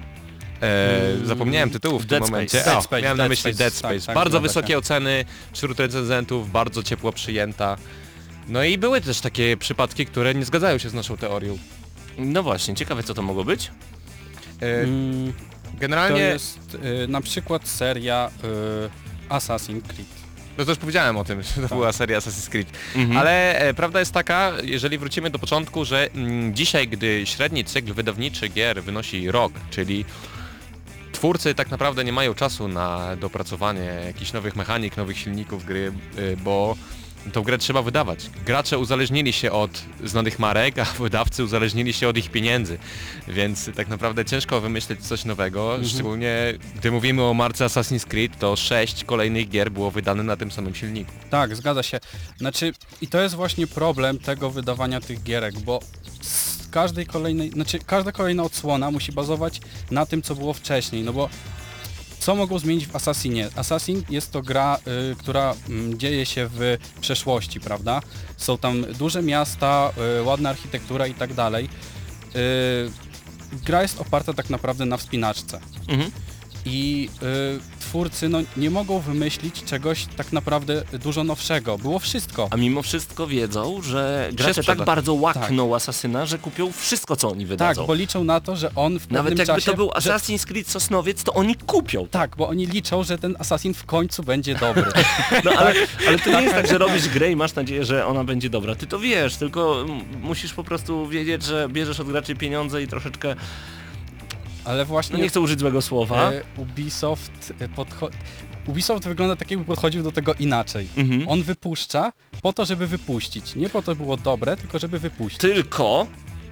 E, zapomniałem tytułu w Dead tym Space. momencie. Dead O, Space, miałem na Dead myśli Space, Dead tak, Space. tak, bardzo zgadza wysokie się. oceny wśród recenzentów, bardzo ciepło przyjęta. No i były też takie przypadki, które nie zgadzają się z naszą teorią. No właśnie, ciekawe co to mogło być? E, Mm, to generalnie, jest y, na przykład seria y, Assassin's Creed. no to już powiedziałem o tym, że to Tak. była seria Assassin's Creed. Mhm. Ale e, prawda jest taka, jeżeli wrócimy do początku, że mm, dzisiaj, gdy średni cykl wydawniczy gier wynosi rok, czyli twórcy tak naprawdę nie mają czasu na dopracowanie jakichś nowych mechanik, nowych silników gry, y, bo tą grę trzeba wydawać. Gracze uzależnili się od znanych marek, a wydawcy uzależnili się od ich pieniędzy, więc tak naprawdę ciężko wymyśleć coś nowego, szczególnie gdy mówimy o marce Assassin's Creed, to sześć kolejnych gier było wydane na tym samym silniku. Tak, zgadza się. Znaczy, i to jest właśnie problem tego wydawania tych gierek, bo z każdej kolejnej, znaczy każda kolejna odsłona musi bazować na tym, co było wcześniej, no bo co mogą zmienić w Assassinie? Assassin jest to gra, y, która mm, dzieje się w przeszłości, prawda? Są tam duże miasta, y, ładna architektura i tak dalej. Y, gra jest oparta tak naprawdę na wspinaczce. Mhm. I y, twórcy no, nie mogą wymyślić czegoś tak naprawdę dużo nowszego. Było wszystko. A mimo wszystko wiedzą, że gracze sprzeda. tak bardzo łakną Asasyna, że kupią wszystko co oni Tak, wydadzą. bo liczą na to, że on w pewnym Nawet jakby czasie... to był że, Assassin's Creed Sosnowiec, to oni kupią. tak, bo oni liczą, że ten Assassin w końcu będzie dobry. No ale, ale to nie jest tak, że robisz grę i masz nadzieję, że ona będzie dobra. Ty to wiesz, tylko m- musisz po prostu wiedzieć, że bierzesz od graczy pieniądze i troszeczkę, Ale właśnie no nie chcę użyć złego słowa. e, Ubisoft e, podcho... Ubisoft wygląda tak, jakby podchodził do tego inaczej. Mhm. On wypuszcza po to, żeby wypuścić. Nie po to było dobre, tylko żeby wypuścić. Tylko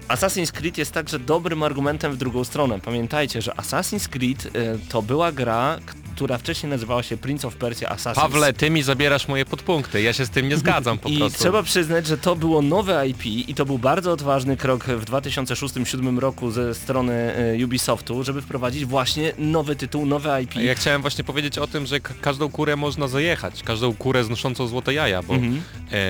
Assassin's Creed jest także dobrym argumentem w drugą stronę. Pamiętajcie, że Assassin's Creed y, to była gra, która wcześniej nazywała się Prince of Persia Assassins. Pawle, ty mi zabierasz moje podpunkty, ja się z tym nie zgadzam po I prostu. trzeba przyznać, że to było nowe I P i to był bardzo odważny krok w dwa tysiące szóstym dwa tysiące siódmym roku ze strony y, Ubisoftu, żeby wprowadzić właśnie nowy tytuł, nowe I P. Ja chciałem właśnie powiedzieć o tym, że ka- każdą kurę można zajechać, każdą kurę znoszącą złote jaja, bo Mhm.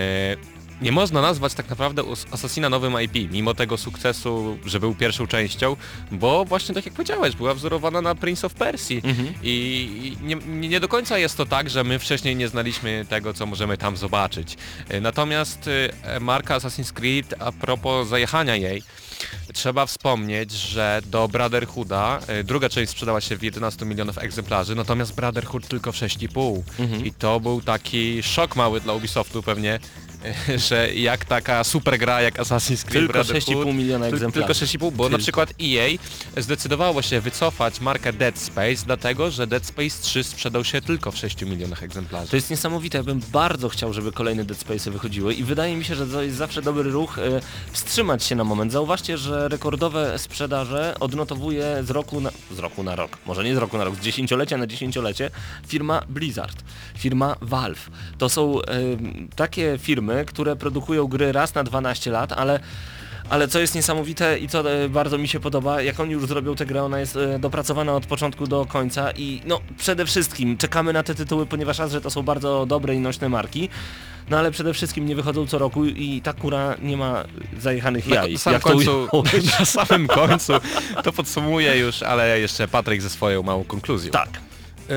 e, nie można nazwać tak naprawdę Assassina nowym I P, mimo tego sukcesu, że był pierwszą częścią, bo właśnie tak jak powiedziałeś, była wzorowana na Prince of Persia Mhm. i nie, nie do końca jest to tak, że my wcześniej nie znaliśmy tego, co możemy tam zobaczyć. E, Natomiast e, marka Assassin's Creed, a propos zajechania jej, trzeba wspomnieć, że do Brotherhooda e, druga część sprzedała się w jedenastu milionów egzemplarzy, natomiast Brotherhood tylko w sześć i pół. Mhm. I to był taki szok mały dla Ubisoftu pewnie, e, że jak taka super gra jak Assassin's Creed Tylko Brotherhood, sześć i pół miliona tyl- egzemplarzy. Tylko sześć i pół, bo Tylko. na przykład E A zdecydowało się wycofać markę Dead Space, dlatego że Dead Space trzy sprzedał się tylko w sześciu milionach egzemplarzy. To jest niesamowite, ja bym bardzo chciał, żeby kolejne Dead Space'y wychodziły i wydaje mi się, że to jest zawsze dobry ruch e, wstrzymać się na moment. Zauważcie, że rekordowe sprzedaże odnotowuje z roku na, z roku na rok, może nie z roku na rok, z dziesięciolecia na dziesięciolecie firma Blizzard, firma Valve. To są e, takie firmy, które produkują gry raz na dwanaście lat, ale Ale co jest niesamowite i co e, bardzo mi się podoba, jak oni już zrobią tę grę, ona jest e, dopracowana od początku do końca i no przede wszystkim czekamy na te tytuły, ponieważ raz, że to są bardzo dobre i nośne marki, no ale przede wszystkim nie wychodzą co roku i ta kura nie ma zajechanych Na, jaj. na samym jak to końcu, ująłeś. na samym końcu to podsumuję już, ale jeszcze Patryk ze swoją małą konkluzją. Tak. Yy,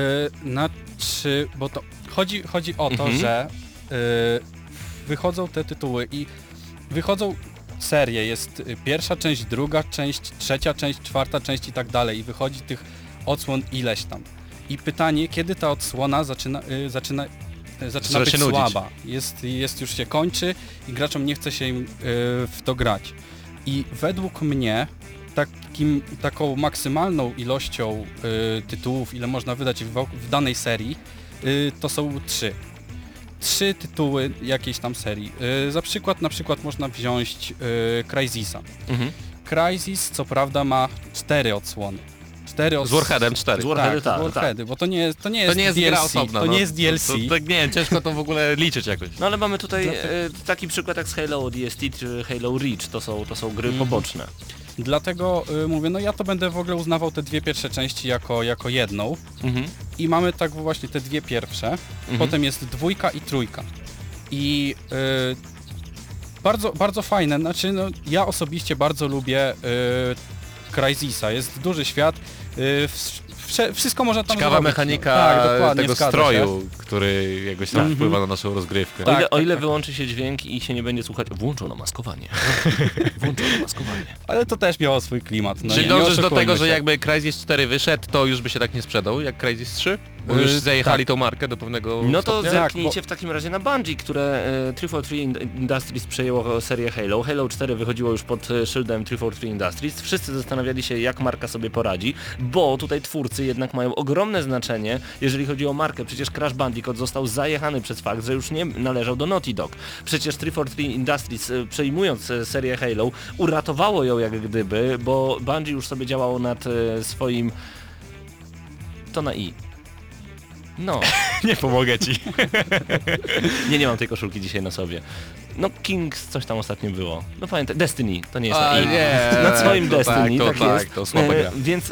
znaczy, bo to chodzi, chodzi o to, Mhm. że yy, wychodzą te tytuły i wychodzą serie, jest y, pierwsza część, druga część, trzecia część, czwarta część i tak dalej i wychodzi tych odsłon ileś tam. I pytanie, kiedy ta odsłona zaczyna, y, zaczyna, y, zaczyna Zaczyna być się nudzić. słaba, jest, jest już się kończy i graczom nie chce się im, y, w to grać. I według mnie takim, taką maksymalną ilością y, tytułów, ile można wydać w, w danej serii, y, to są trzy. Trzy tytuły jakiejś tam serii. Y, za przykład na przykład można wziąć y, Crysisa. Mhm. Crysis co prawda ma cztery odsłony. Cztery Z Warheadem cztery. Z Warheady, tak, tak, z Warheady, bo to nie jest, to nie To jest, nie jest D L C, gra osobna. to no. nie jest D L C. To, to, to, nie wiem, ciężko to w ogóle liczyć jakoś. No ale mamy tutaj Dlatego- e, taki przykład jak z Halo O D S T czy Halo Reach, to są, to są gry Mhm. poboczne. Dlatego y, mówię, no ja to będę w ogóle uznawał te dwie pierwsze części jako, jako jedną. Mhm. I mamy tak właśnie te dwie pierwsze, Mhm. potem jest dwójka i trójka. I y, bardzo, bardzo fajne, znaczy no, ja osobiście bardzo lubię y, Crysisa, jest duży świat, y, wsz- wszystko można tam Ciekawa zrobić. mechanika tak, dokładnie, tego zgadza stroju, który jakoś tam Mhm. wpływa na naszą rozgrywkę. O Tak, ile, o tak, ile tak. wyłączy się dźwięk i się nie będzie słuchać, włączono maskowanie. Włączono maskowanie. się. Ale to też miało swój klimat. No, Czy nie- nie dążysz do oszukujmy tego, że się. jakby Crysis cztery wyszedł, to już by się tak nie sprzedał jak Crysis trzy? Bo Yy, już zajechali tak. tą markę do pewnego No to stopnia? zerknijcie w takim razie na Bungie, które e, trzysta czterdzieści trzy In- Industries przejęło serię Halo. Halo cztery wychodziło już pod e, szyldem trzysta czterdzieści trzy Industries. Wszyscy zastanawiali się, jak marka sobie poradzi, bo tutaj twórcy jednak mają ogromne znaczenie, jeżeli chodzi o markę. Przecież Crash Bandicoot został zajechany przez fakt, że już nie należał do Naughty Dog. Przecież trzysta czterdzieści trzy Industries, e, przejmując e, serię Halo, uratowało ją jak gdyby, bo Bungie już sobie działało nad e, swoim... To na i. No. Nie pomogę ci. Nie, nie mam tej koszulki dzisiaj na sobie. No Kings coś tam ostatnio było. No pamiętaj, Destiny, to nie jest A, na i. nie, Nad swoim to Destiny, tak, tak, to tak, jest. to słaba E, gra. Więc,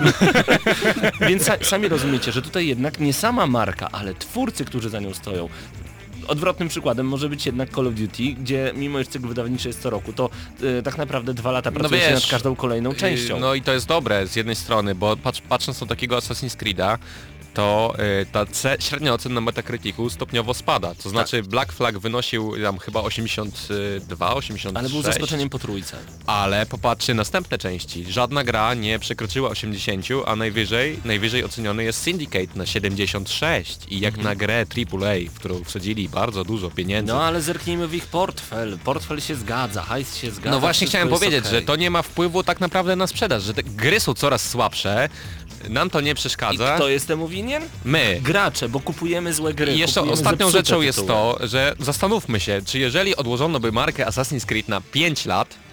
więc sa, sami rozumiecie, że tutaj jednak nie sama marka, ale twórcy, którzy za nią stoją. Odwrotnym przykładem może być jednak Call of Duty, gdzie mimo iż cykl wydawniczy jest co roku, to e, tak naprawdę dwa lata pracuje się wiesz, nad każdą kolejną częścią. Yy, No i to jest dobre z jednej strony, bo patrz, patrząc na takiego Assassin's Creed'a, to y, ta ce- średnia ocena na Metacriticu stopniowo spada. To znaczy Black Flag wynosił tam chyba osiemdziesiąt dwa, osiemdziesiąt sześć. Ale był zaskoczeniem po trójce. Ale popatrzcie następne części. Żadna gra nie przekroczyła osiemdziesiąt, a najwyżej, najwyżej oceniony jest Syndicate na siedemdziesiąt sześć. I jak na grę triple A, w którą wsadzili bardzo dużo pieniędzy. No ale zerknijmy w ich portfel. Portfel się zgadza, hajs się zgadza. No właśnie wszystko chciałem jest powiedzieć, okej. że to nie ma wpływu tak naprawdę na sprzedaż, że te gry są coraz słabsze, nam to nie I przeszkadza. kto jest temu winien? My. Gracze, bo kupujemy złe gry. I jeszcze kupujemy ostatnią zepsute rzeczą jest tytuły. to, że zastanówmy się, czy jeżeli odłożono by markę Assassin's Creed na pięć lat,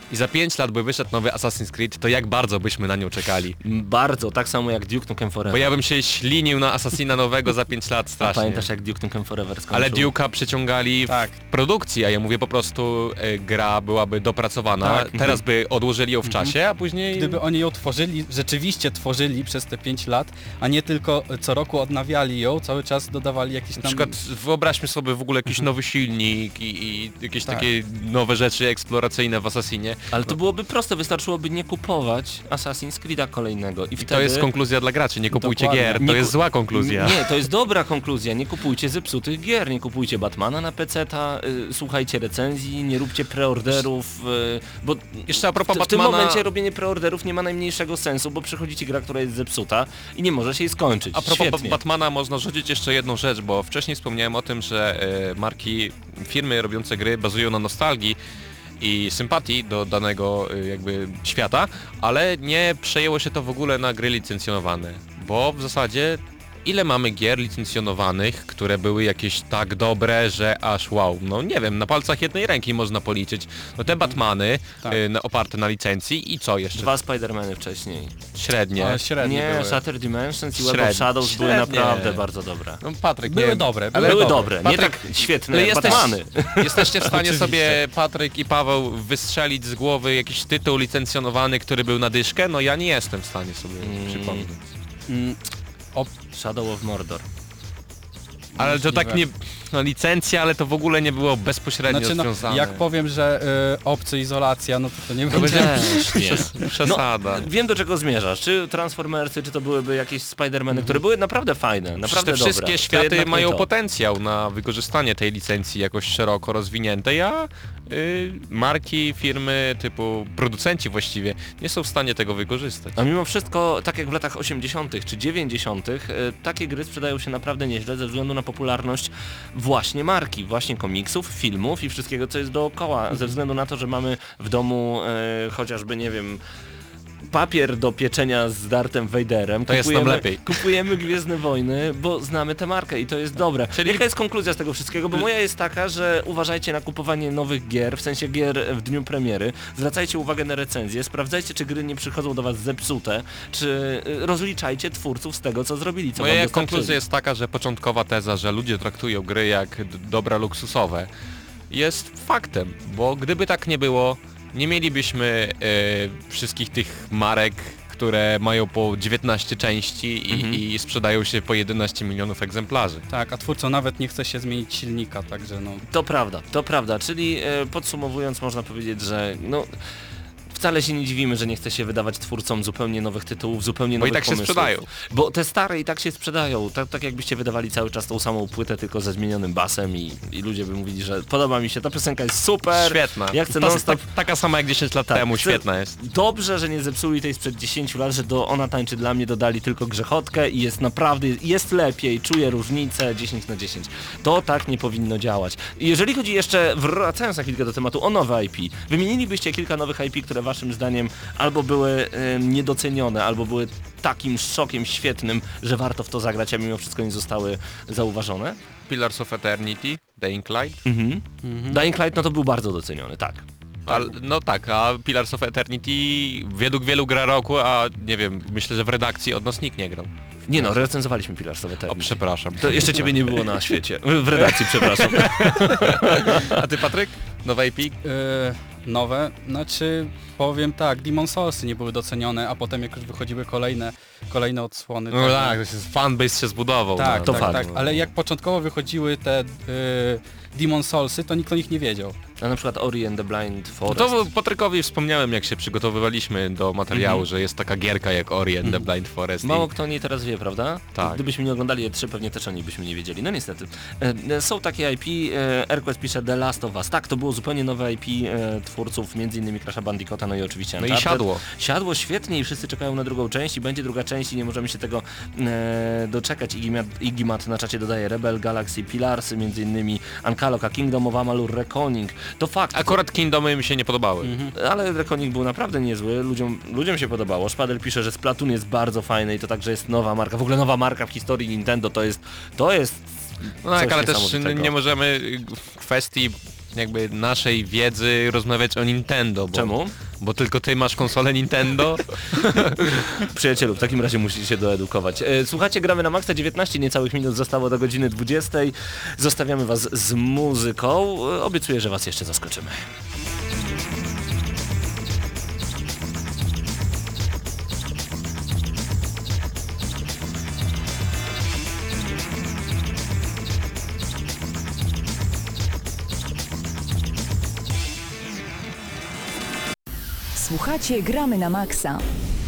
i za pięć lat by wyszedł nowy Assassin's Creed, to jak bardzo byśmy na nią czekali. Bardzo, tak samo jak Duke Nukem Forever. Bo ja bym się ślinił na Assassina nowego za pięć lat A strasznie. pamiętasz jak Duke Nukem Forever skończył? Ale Duke'a przeciągali Tak. w produkcji, a ja mówię po prostu e, gra byłaby dopracowana, Tak. teraz by odłożyli ją w czasie, a później... Gdyby oni ją tworzyli, rzeczywiście tworzyli przez te pięć lat, a nie tylko co roku odnawiali ją, cały czas dodawali jakieś tam... Na przykład wyobraźmy sobie w ogóle jakiś nowy silnik i, i jakieś Tak. takie nowe rzeczy eksploracyjne w Assassinie. Ale to byłoby proste, wystarczyłoby nie kupować Assassin's Creed'a kolejnego i I wtedy... to jest konkluzja dla graczy, nie kupujcie Dokładnie. gier, to Nie jest ku- zła konkluzja. Nie, to jest dobra konkluzja, nie kupujcie zepsutych gier, nie kupujcie Batmana na peceta, y, słuchajcie recenzji, nie róbcie preorderów, y, bo Jeszcze a propos w, w tym Batmana- momencie robienie preorderów nie ma najmniejszego sensu, bo przychodzi ci gra, która jest zepsuta i nie może się jej skończyć. A propos Świetnie. Batmana można rzucić jeszcze jedną rzecz, bo wcześniej wspomniałem o tym, że e, marki, firmy robiące gry bazują na nostalgii i sympatii do danego e, jakby świata, ale nie przejęło się to w ogóle na gry licencjonowane, bo w zasadzie ile mamy gier licencjonowanych, które były jakieś tak dobre, że aż wow, no nie wiem, na palcach jednej ręki można policzyć. No te Batmany Tak. e, na, oparte na licencji i co jeszcze? Dwa Spider-Many wcześniej. Średnie. Ale średnie Nie, były. Shattered Dimensions i Web Średnie. of Shadows były Średnie. naprawdę bardzo dobre. No Patryk, Były nie, dobre, ale były dobre. dobre, nie Patryk, tak świetne ale jak jesteś- Batmany. Jesteście w stanie Oczywiście. sobie, Patryk i Paweł, wystrzelić z głowy jakiś tytuł licencjonowany, który był na dyszkę? No ja nie jestem w stanie sobie Mm. przypomnieć. Mm, Shadow of Mordor. Ale to tak nie... możliwe. No licencja, ale to w ogóle nie było bezpośrednio Znaczy no, związane. jak powiem, że y, obcy izolacja, no to to nie To będzie... będzie Też nie. przes- przesada. Wiem do czego zmierzasz, czy Transformersy, czy to byłyby jakieś Spider-Many, które były naprawdę fajne, Przecież naprawdę te dobre. wszystkie To światy jednak nie mają to. potencjał na wykorzystanie tej licencji jakoś szeroko rozwiniętej, a y, marki, firmy typu producenci właściwie nie są w stanie tego wykorzystać. A mimo wszystko, tak jak w latach osiemdziesiątych czy dziewięćdziesiątych, y, takie gry sprzedają się naprawdę nieźle ze względu na popularność właśnie marki, właśnie komiksów, filmów i wszystkiego co jest dookoła, ze względu na to, że mamy w domu y, chociażby, nie wiem, papier do pieczenia z Darthem Vaderem. To jest nam lepiej. Kupujemy Gwiezdne Wojny, bo znamy tę markę i to jest dobre. Czyli- Jaka jest konkluzja z tego wszystkiego? Bo moja jest taka, że uważajcie na kupowanie nowych gier, w sensie gier w dniu premiery, zwracajcie uwagę na recenzje, sprawdzajcie czy gry nie przychodzą do was zepsute, czy y, rozliczajcie twórców z tego co zrobili, co wam Moja dostarczyli. konkluzja jest taka, że początkowa teza, że ludzie traktują gry jak d- dobra luksusowe jest faktem, bo gdyby tak nie było, nie mielibyśmy e, wszystkich tych marek, które mają po dziewiętnaście części i, Mhm. i sprzedają się po jedenaście milionów egzemplarzy. Tak, a twórcom nawet nie chce się zmienić silnika, także no... To prawda, to prawda, czyli e, podsumowując można powiedzieć, że no wcale się nie dziwimy, że nie chce się wydawać twórcom zupełnie nowych tytułów, zupełnie Bo i nowych tak się pomysłów. sprzedają. Bo te stare i tak się sprzedają, tak, tak jakbyście wydawali cały czas tą samą płytę, tylko ze zmienionym basem i, i ludzie by mówili, że podoba mi się, ta piosenka jest super, Świetna. ja chcę Ta- non-stop... tak, taka sama jak dziesięć lat Tak, temu, chcę- świetna jest. Dobrze, że nie zepsuli tej sprzed dziesięciu lat, że do Ona tańczy dla mnie dodali tylko grzechotkę i jest naprawdę, jest lepiej, czuję różnicę dziesięć na dziesięć. To tak nie powinno działać. I jeżeli chodzi jeszcze, wracając na chwilkę do tematu, o nowe I P, wymienilibyście kilka nowych I P, które waszym zdaniem albo były y, niedocenione, albo były takim szokiem świetnym, że warto w to zagrać, a mimo wszystko nie zostały zauważone? Pillars of Eternity, Dying Light. Mhm. Dying Light, no to był bardzo doceniony, tak. Ale, no tak, a Pillars of Eternity według wielu gra roku, a nie wiem, myślę, że w redakcji od nas nikt nie grał. Nie no, recenzowaliśmy Pillars of O, Eternity. przepraszam. To jeszcze ciebie nie było na świecie. W redakcji, przepraszam. A ty, Patryk? Nowe I P? Yy, nowe, znaczy powiem tak, Demon Soulsy nie były docenione, a potem jak już wychodziły kolejne, kolejne odsłony... No to- tak, to jest fanbase się zbudował. Tak, no. to tak, fakt. tak, ale jak początkowo wychodziły te yy, Demon Soulsy, to nikt o nich nie wiedział. A na przykład Ori and the Blind No Forest. to Patrykowi wspomniałem, jak się przygotowywaliśmy do materiału, że jest taka gierka jak Ori and the Blind Forest. Mało i... kto o niej teraz wie, prawda? Tak. Gdybyśmy nie oglądali E trzy, pewnie też o niej byśmy nie wiedzieli. No niestety. E, e, są takie I P, e, AirQuest pisze The Last of Us. Tak, to było zupełnie nowe I P e, twórców, między innymi Crash'a Bandicoota, no i oczywiście No i Uncharted. siadło. Siadło świetnie i wszyscy czekają na drugą część i będzie druga część i nie możemy się tego e, doczekać. Igimat, Igimat na czacie dodaje Rebel, Galaxy, Pilarsy, między innymi Ankaloka, Kingdom of Amalur, Reckoning. To fakt. Akurat Kingdomy mi się nie podobały. Ale Reckoning był naprawdę niezły, ludziom, ludziom się podobało. Szpadel pisze, że Splatoon jest bardzo fajny i to także jest nowa marka. W ogóle nowa marka w historii Nintendo to jest, to jest No tak, coś ale też niesamowitego. nie możemy w kwestii jakby naszej wiedzy rozmawiać o Nintendo. Bo, Czemu? Bo tylko ty masz konsolę Nintendo. Przyjacielu, w takim razie musicie się doedukować. E, Słuchajcie, gramy na maksa, dziewiętnaście niecałych minut zostało do godziny dwudziestej. Zostawiamy was z muzyką. E, Obiecuję, że was jeszcze zaskoczymy. Słuchacie Gramy na Maxa.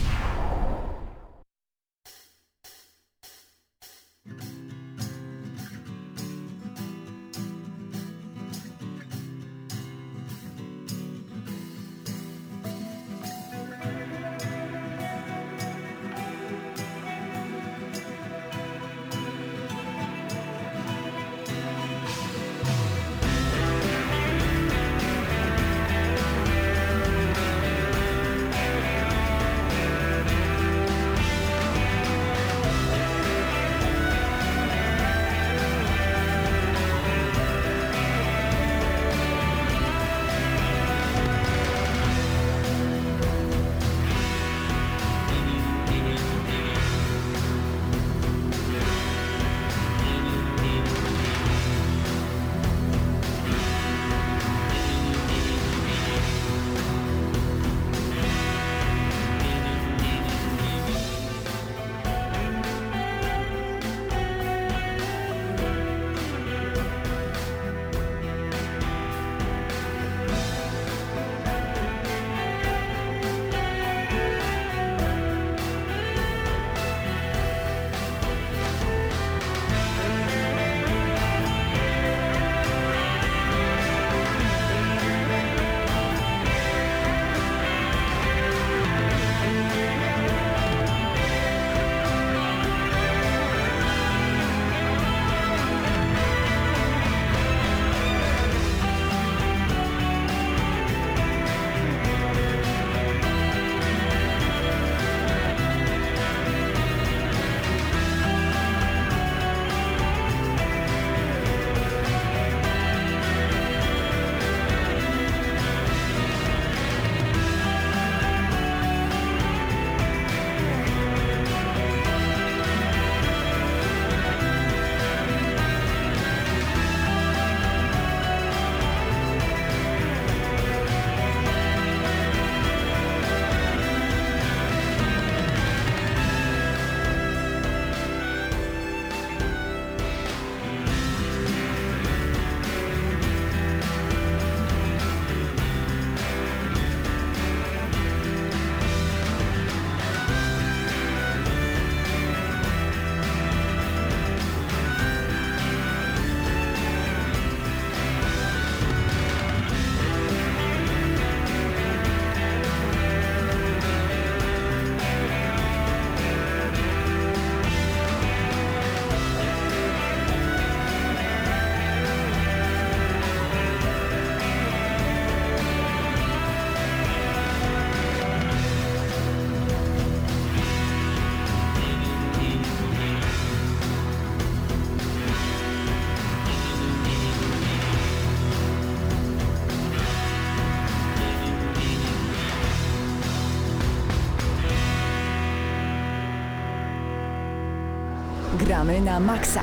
Gramy na Maxa.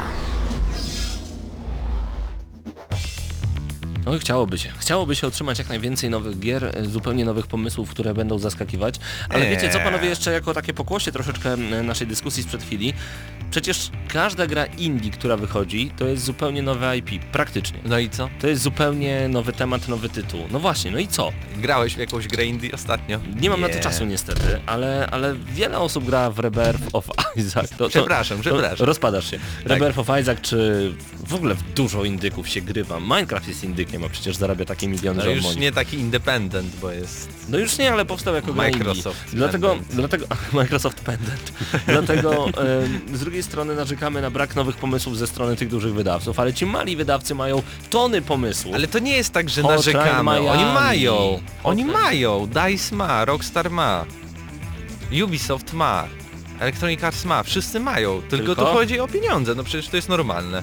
No i chciałoby się. Chciałoby się otrzymać jak najwięcej nowych gier, e, zupełnie nowych pomysłów, które będą zaskakiwać. Ale Eee. wiecie co, panowie, jeszcze jako takie pokłosie troszeczkę e, naszej dyskusji sprzed chwili. Przecież każda gra indie, która wychodzi, to jest zupełnie nowe I P, praktycznie. No i co? To jest zupełnie nowy temat, nowy tytuł. No właśnie, no i co? Grałeś w jakąś grę indie ostatnio? Nie mam na to czasu niestety, ale, ale wiele osób gra w Rebirth of Isaac. To, to, Przepraszam, to przepraszam. rozpadasz się. Rebirth of Isaac, czy w ogóle w dużo indyków się grywa. Minecraft jest indykiem, a przecież zarabia takie miliony, No że już obmoni. nie taki independent, bo jest... No już nie, ale powstał jako gra indie. Microsoft Dlatego, Pendant. dlatego Microsoft Pendant. Dlatego e, z drugiej strony narzekamy na brak nowych pomysłów ze strony tych dużych wydawców, ale ci mali wydawcy mają tony pomysłów. Ale to nie jest tak, że Hotline narzekamy. Miami. Oni mają. Oni Hotline- mają. DICE ma, Rockstar ma. Ubisoft ma. Electronic Arts ma. Wszyscy mają. Tylko, Tylko? tu chodzi o pieniądze. No przecież to jest normalne.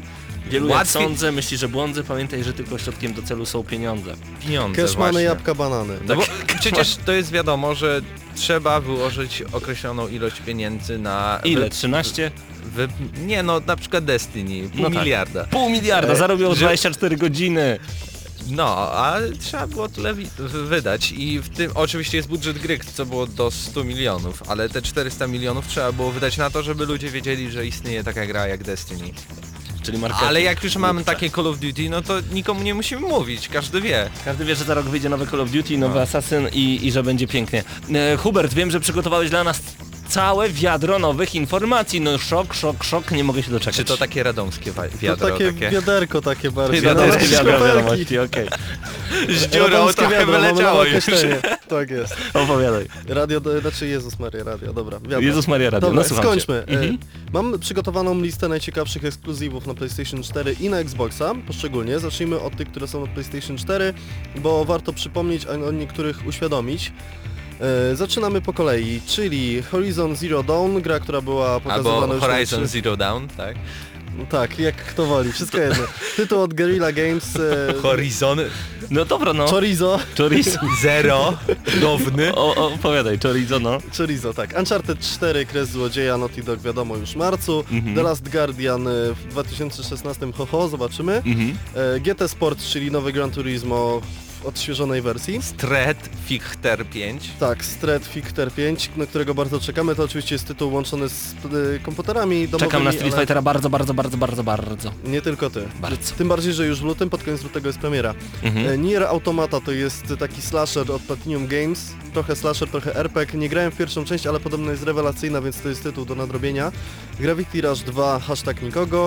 Wielu jak Łatwiej- sądzę, myśli, że błądzę, pamiętaj, że tylko środkiem do celu są pieniądze. Pieniądze Cashmany, właśnie. jabłka, banany. No bo przecież to jest wiadomo, że trzeba wyłożyć określoną ilość pieniędzy na... Ile? wy- trzynaście? wy- nie no, na przykład Destiny, pół No tak. miliarda. Pół miliarda, E, zarobiło że- dwadzieścia cztery godziny. No, a trzeba było tyle wi- w- wydać i w tym oczywiście jest budżet gry, co było do stu milionów, ale te czterysta milionów trzeba było wydać na to, żeby ludzie wiedzieli, że istnieje taka gra jak Destiny. Czyli marketing. Ale jak już mamy Kurczę. takie Call of Duty, no to nikomu nie musimy mówić, każdy wie. Każdy wie, że za rok wyjdzie nowy Call of Duty, nowy No. Assassin i, i że będzie pięknie. E, Hubert, wiem, że przygotowałeś dla nas całe wiadro nowych informacji. No szok, szok, szok, nie mogę się doczekać. Czy to takie radomskie wa- To wiadro takie, takie? wiaderko takie bardziej. Wiaderko, No, wiadro szkopelki. wiadomości, okej. Z dziurą Radomskie trochę wiadro, mamy wyleciało nowe już. określenie. Tak jest. Opowiadaj. Radio, do, znaczy Jezus Maria Radio, dobra. Wiadro. Jezus Maria Radio, Dobra, no słucham skończmy. cię. Mhm. E, Mam przygotowaną listę najciekawszych ekskluzywów na PlayStation cztery i na Xboxa, poszczególnie. Zacznijmy od tych, które są na PlayStation cztery, bo warto przypomnieć, a o niektórych uświadomić. E, zaczynamy po kolei, czyli Horizon Zero Dawn, gra, która była pokazywana Albo już na Horizon trzy- Zero Dawn, tak? Tak, jak kto woli, wszystko jedno. Tytuł od Guerrilla Games, e, Horizon No dobra, no. Chorizo, Chorizo. Zero, downy. O, o, opowiadaj, Chorizo, no. Chorizo, tak. Uncharted cztery, Kres Złodzieja, Naughty Dog wiadomo już w marcu. Mhm. The Last Guardian e, w dwa tysiące szesnastym, ho ho, zobaczymy. Mhm. E, G T Sport, czyli nowy Gran Turismo w odświeżonej wersji. Stret Fichter pięć. Tak, Street Fighter pięć, na którego bardzo czekamy. To oczywiście jest tytuł łączony z e, komputerami domowymi, Czekam na Street ale Fightera bardzo, bardzo, bardzo, bardzo, bardzo. nie tylko ty. Bardzo. Tym bardziej, że już w lutym, pod koniec lutego jest premiera. Mhm. E, Nier Automata to jest taki slasher od Platinum Games. Trochę slasher, trochę R P G. Nie grałem w pierwszą część, ale podobno jest rewelacyjna, więc to jest tytuł do nadrobienia. Gravity Rush dwa, hashtag nikogo.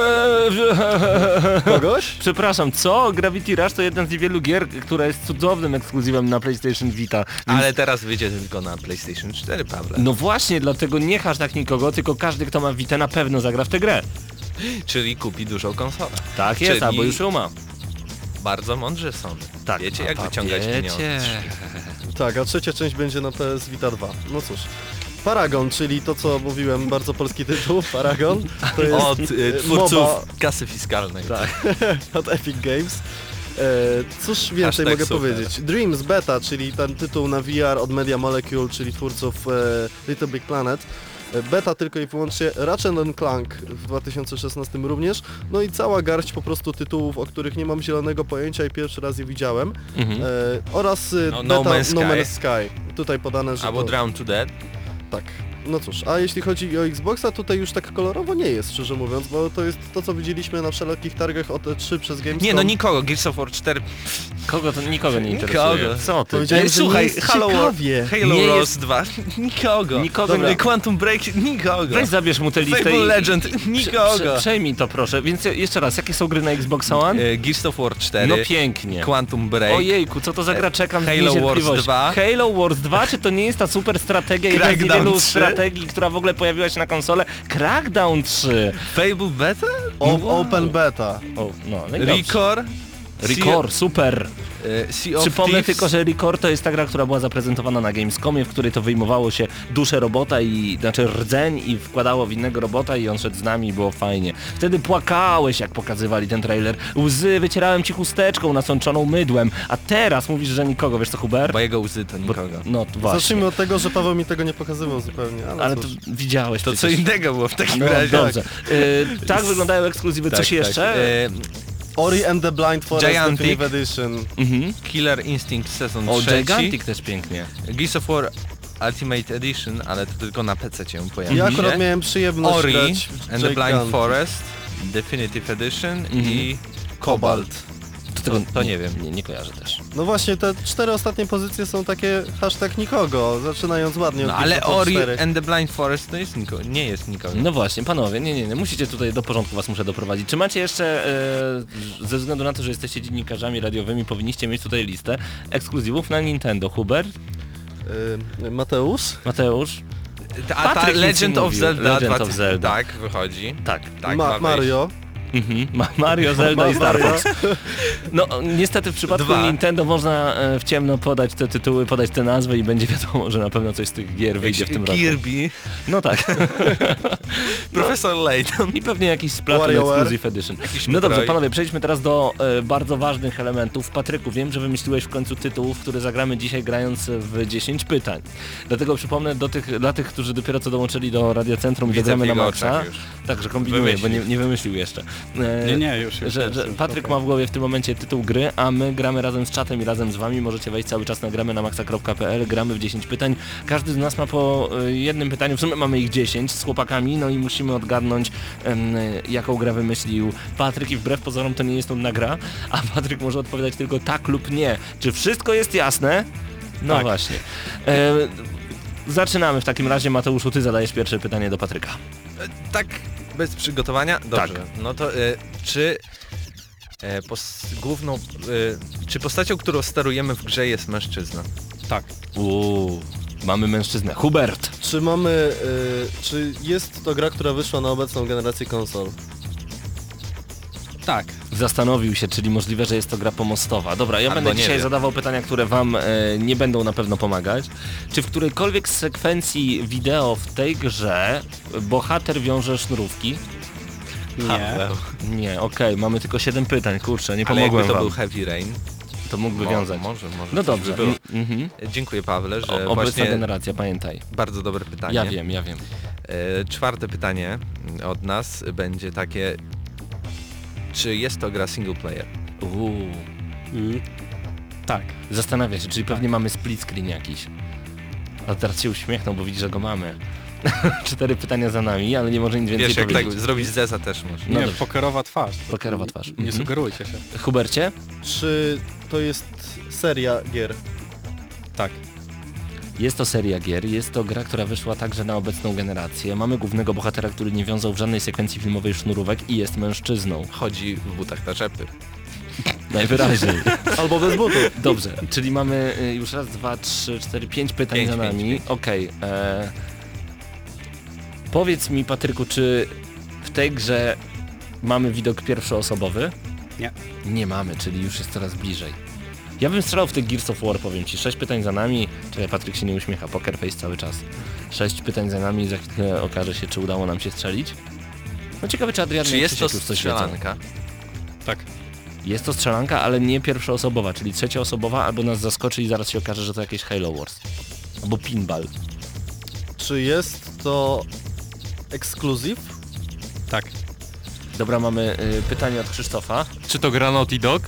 Eee, Kogoś? Przepraszam, co? Gravity Rush to jeden z niewielu gier, która jest cudownym ekskluzywem na PlayStation Vita. Więc- Ale teraz wyjdzie tylko na PlayStation cztery, Pawle. No właśnie, dlatego nie hashtag nikogo, tylko każdy, kto ma Vita, na pewno zagra w tę grę. Czyli kupi dużą konsolę. Tak jest, Czyli- albo już ją ma. Bardzo mądrzy są. Tak. Wiecie A jak pa- wyciągać wiecie. pieniądze. Tak, a trzecia część będzie na P S Vita dwa. No cóż. Paragon, czyli to co mówiłem, bardzo polski tytuł, Paragon. To jest Od y, twórców MOBA kasy fiskalnej. Tak. od Epic Games. E, cóż więcej Hashtag mogę super. powiedzieć? Dreams Beta, czyli ten tytuł na V R od Media Molecule, czyli twórców e, Little Big Planet. E, Beta tylko i wyłącznie, Ratchet and Clank w dwa tysiące szesnastym również. No i cała garść po prostu tytułów, o których nie mam zielonego pojęcia i pierwszy raz je widziałem. Mhm. E, oraz e, No, No beta Man's No Sky. Man's Sky. Tutaj podane, że Albo to... Drown to Dead. Tak. No cóż, a jeśli chodzi o Xboxa, tutaj już tak kolorowo nie jest, szczerze mówiąc, bo to jest to, co widzieliśmy na wszelkich targach o te trzy przez Gamescom. Nie no nikogo, Gears of War cztery. Kogo to nikogo nie Nikogo. interesuje. Co ty? Powiedziałem, Ej, że słuchaj, nie jest Halo War- ciekawie. Halo Nie Wars jest- dwa. Nikogo. Nikogo Dobra. nie- Quantum Break. Nikogo. Weź zabierz mu tę listę Fable i... Legend. Prze- Nikogo. prze- Przejmij to proszę, więc jeszcze raz, jakie są gry na Xbox One? E, Gears of War cztery. No pięknie. Quantum Break. Ojejku, co to za gra, czekam z Halo Wars niecierpliwością. dwa. Halo Wars dwa, czy to nie jest ta super strategia, jedna z Crackdown niewielu trzy? strategii, która w ogóle pojawiła się na konsolę? Crackdown trzy. Fable Beta? O, Wow. Open Beta. O, no, no i dobrze. Recore. Record, super. Sea, sea of Przypomnę Thieves. tylko, że Record to jest ta gra, która była zaprezentowana na Gamescomie, w której to wyjmowało się duszę robota i, znaczy rdzeń i wkładało w innego robota i on szedł z nami i było fajnie. Wtedy płakałeś, jak pokazywali ten trailer. Łzy wycierałem ci chusteczką nasączoną mydłem, a teraz mówisz, że nikogo, wiesz co, Hubert? Bo jego łzy to Bo- nikogo. No to właśnie. Zacznijmy od tego, że Paweł mi tego nie pokazywał zupełnie, ale, Ale to cóż. widziałeś To co przecież. innego było w takim No razie. dobrze. Y, tak wyglądają ekskluzywy. Tak, Coś tak. jeszcze? E, Ori and the Blind Forest Gigantic. Definitive Edition. Mhm. Killer Instinct Sezon O, trzeci. Gigantic też pięknie. Gears of War Ultimate Edition, ale to tylko na P C cię pojawi Ja się. akurat miałem przyjemność Ori grać w and the Blind Gigantic. Forest Definitive Edition Mhm. i Cobalt. To, tego, to nie wiem. Nie, nie kojarzę też. No właśnie, te cztery ostatnie pozycje są takie hashtag nikogo, zaczynając ładnie No od ale Gears of War Ori cztery. and the Blind Forest to jest nikogo, nie jest nikogo. No właśnie, panowie, nie, nie, nie, musicie tutaj do porządku was muszę doprowadzić. Czy macie jeszcze, e, ze względu na to, że jesteście dziennikarzami radiowymi, powinniście mieć tutaj listę ekskluzywów na Nintendo? Hubert? Y, Mateusz? Mateusz? A ta Patryk nic Legend nie of mówił. Zelda, Legend dwa- of Zelda. Tak, wychodzi. Tak. Tak, Ma ma Mario? Mhm. Ma Mario, Zelda i Star Fox. No niestety w przypadku Dwa. Nintendo można e, w ciemno podać te tytuły, podać te nazwy i będzie wiadomo, że na pewno coś z tych gier wyjdzie w tym roku. Kirby, No tak. Profesor Layton. I pewnie jakiś Splatoon WarioWare. Exclusive Edition. Jakiś No dobrze, Metroid. panowie, przejdźmy teraz do e, bardzo ważnych elementów. Patryku, wiem, że wymyśliłeś w końcu tytuł, w który zagramy dzisiaj grając w dziesięć pytań. Dlatego przypomnę do tych, dla tych, którzy dopiero co dołączyli do Radiocentrum i Widzę gramy w na jego maksa. oczach już. Także kombinuję, bo nie, Wymyślił. nie wymyślił jeszcze. E, Nie, nie, już, już. Że, już, że już, Patryk okej. ma w głowie w tym momencie tytuł gry, a my gramy razem z czatem i razem z wami. Możecie wejść cały czas na gramy na maxa kropka p l, gramy w dziesięć pytań. Każdy z nas ma po y, jednym pytaniu, w sumie mamy ich dziesięć z chłopakami, no i musimy odgadnąć em, jaką grę wymyślił Patryk i wbrew pozorom to nie jest nudna gra, a Patryk może odpowiadać tylko tak lub nie. Czy wszystko jest jasne? No Tak. właśnie. E, zaczynamy w takim razie. Mateuszu, ty zadajesz pierwsze pytanie do Patryka. Tak, bez przygotowania? Dobrze. Tak. No to y, czy e, pos, główną, y, czy postacią, którą sterujemy w grze jest mężczyzna? Tak. Uuu, mamy mężczyznę. Hubert. Czy mamy... Y, czy jest to gra, która wyszła na obecną generację konsol? Tak. Zastanowił się, czyli możliwe, że jest to gra pomostowa. Dobra, ja Albo będę nie dzisiaj wiem. zadawał pytania, które wam e, nie będą na pewno pomagać. Czy w którejkolwiek z sekwencji wideo w tej grze bohater wiąże sznurówki? Nie. Paweł. Nie, okej, mamy tylko siedem pytań, kurczę, nie Ale jakby pomogłem to wam. był Heavy Rain. To mógłby Mo- wiązać. Może, może. No coś dobrze. by było. Mm, mhm. Dziękuję, Pawle, że O, obecna właśnie generacja, pamiętaj. bardzo dobre pytanie. Ja wiem, ja wiem. E, czwarte pytanie od nas będzie takie, czy jest to gra single player? Uuu. Mm. Tak. Zastanawia się, czyli pewnie mamy split screen jakiś. A teraz się uśmiechnął, bo widzi, że go mamy. Cztery pytania za nami, ale nie może nic więcej Wiesz, jak powiedzieć. tak zrobić zeza też można. No nie, dobrze. pokerowa twarz. To- Pokerowa twarz. Nie Mhm. sugerujcie się. Hubercie? Czy to jest seria gier? Tak. Jest to seria gier, jest to gra, która wyszła także na obecną generację. Mamy głównego bohatera, który nie wiązał w żadnej sekwencji filmowej sznurówek i jest mężczyzną. Chodzi w butach na czepy. Najwyraźniej. Albo bez butów? Dobrze, czyli mamy y, już raz, dwa, trzy, cztery, pięć pytań Pięć, za pięć, nami. pięć. Okej. e, Powiedz mi, Patryku, czy w tej grze mamy widok pierwszoosobowy? Nie. Nie mamy, czyli już jest coraz bliżej. Ja bym strzelał w tych Gears of War, powiem ci. Sześć pytań za nami. Czekaj, Patryk się nie uśmiecha, poker face cały czas. Sześć pytań za nami, za chwilę okaże się, czy udało nam się strzelić. No ciekawe, czy Adrian Czy i jest to Krzysiek już coś wiedzą. strzelanka? Tak. Jest to strzelanka, ale nie pierwszoosobowa, czyli trzecioosobowa, albo nas zaskoczy i zaraz się okaże, że to jakieś Halo Wars. Albo pinball. Czy jest to ekskluzyw? Tak. Dobra, mamy y, pytanie od Krzysztofa. Czy to gra Naughty Dog?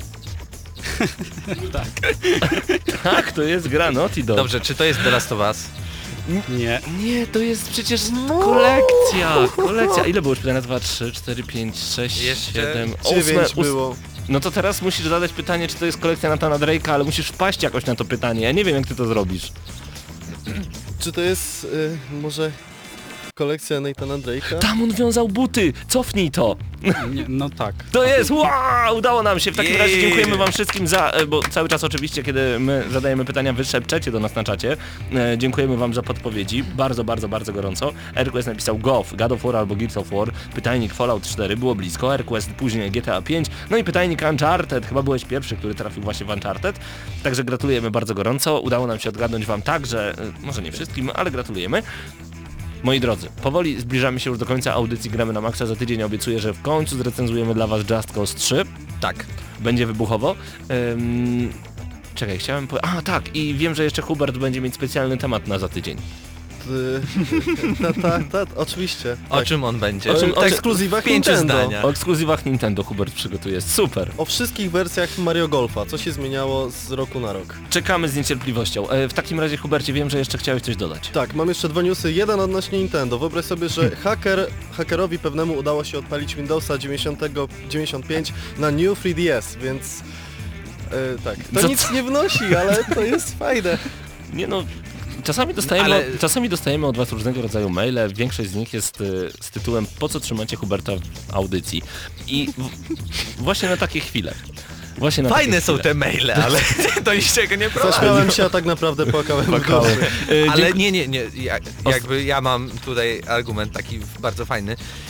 Tak, to jest gra Naughty Dog. Dobrze, czy to jest The Last of Us? Nie. Nie, to jest przecież kolekcja, kolekcja. Ile było już pytania? dwa, trzy, cztery, pięć, sześć, Jeszcze siedem, Dziewięć ósme, było. No to teraz musisz zadać pytanie, czy to jest kolekcja Nathana Drake'a, ale musisz wpaść jakoś na to pytanie. Ja nie wiem, jak ty to zrobisz. Czy to jest y, może kolekcja Nathana Drake'a? Tam on wiązał buty! Cofnij to! nie. No tak. To jest! Wow! Udało nam się! W takim Jej! razie dziękujemy wam wszystkim za... e, bo cały czas oczywiście, kiedy my zadajemy pytania, wy szepczecie do nas na czacie. E, dziękujemy wam za podpowiedzi. Bardzo, bardzo, bardzo gorąco. AirQuest napisał G O F, God of War albo Gears of War. Pytajnik Fallout cztery, było blisko. AirQuest później G T A pięć. No i pytajnik Uncharted. Chyba byłeś pierwszy, który trafił właśnie w Uncharted. Także gratulujemy bardzo gorąco. Udało nam się odgadnąć wam także, e, może nie wszystkim, ale gratulujemy. Moi drodzy, powoli zbliżamy się już do końca audycji Gramy na Maxa. Za tydzień obiecuję, że w końcu zrecenzujemy dla was Just Cause trzy. Tak. Będzie wybuchowo. Ym... Czekaj, chciałem po... A tak, i wiem, że jeszcze Hubert będzie mieć specjalny temat na za tydzień. Y, ta, ta, ta, oczywiście. O Tak. czym on będzie? O czym- o czym- Ekskluzywach W pięciu Nintendo. zdaniach. O ekskluzywach Nintendo Hubert przygotuje. Super! O wszystkich wersjach Mario Golfa, co się zmieniało z roku na rok. Czekamy z niecierpliwością. E, w takim razie, Hubercie, wiem, że jeszcze chciałeś coś dodać. Tak, mam jeszcze dwa newsy. Jeden odnośnie Nintendo. Wyobraź sobie, że haker, hakerowi pewnemu udało się odpalić Windowsa dziewięćdziesiąt pięć na New trzy D S, więc... e, tak, to Co- nic nie wnosi, ale to jest fajne. Nie no... Czasami dostajemy, Ale- od, czasami dostajemy od was różnego rodzaju maile, większość z nich jest y, z tytułem po co trzymacie Huberta w audycji? I w, właśnie na takie chwile. Właśnie na Fajne takie są chwile. te maile, ale do niczego nie prowadzi. Zaśmiałem się, a tak naprawdę płakałem w głowie. Y, Ale dziękuję- nie, nie, nie, ja, jakby ja mam tutaj argument taki bardzo fajny.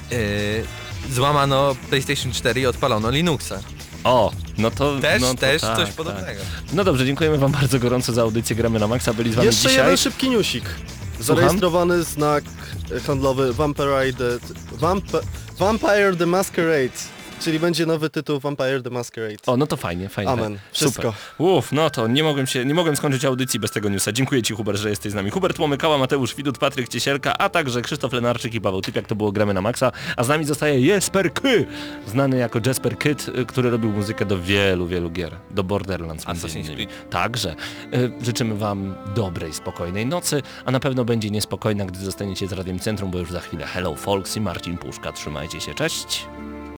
Yy, złamano PlayStation cztery i odpalono Linuxa. O, no to... Też, no to też tak, coś tak. podobnego. No dobrze, dziękujemy wam bardzo gorąco za audycję Gramy na Maxa. Byli z wami Jeszcze dzisiaj. jeden szybki newsik. Zarejestrowany znak handlowy Vampire the, Vamp, Vampire the Masquerade. Czyli będzie nowy tytuł Vampire the Masquerade. O, no to fajnie, fajnie. Amen. Wszystko. Super. Uff, no to nie mogłem się, nie mogłem skończyć audycji bez tego newsa. Dziękuję Ci, Hubert, że jesteś z nami. Hubert Łomykała, Mateusz Widut, Patryk Ciesielka, a także Krzysztof Lenarczyk i Paweł Typiak. To było Gramy na Maxa. A z nami zostaje Jesper K, znany jako Jasper Kid, y, który robił muzykę do wielu, wielu gier. Do Borderlands między Assassin's innymi. Creed. Także y, życzymy Wam dobrej, spokojnej nocy, a na pewno będzie niespokojna, gdy zostaniecie z Radiem Centrum, bo już za chwilę Hello Folks i Marcin Puszka. Trzymajcie się, cześć!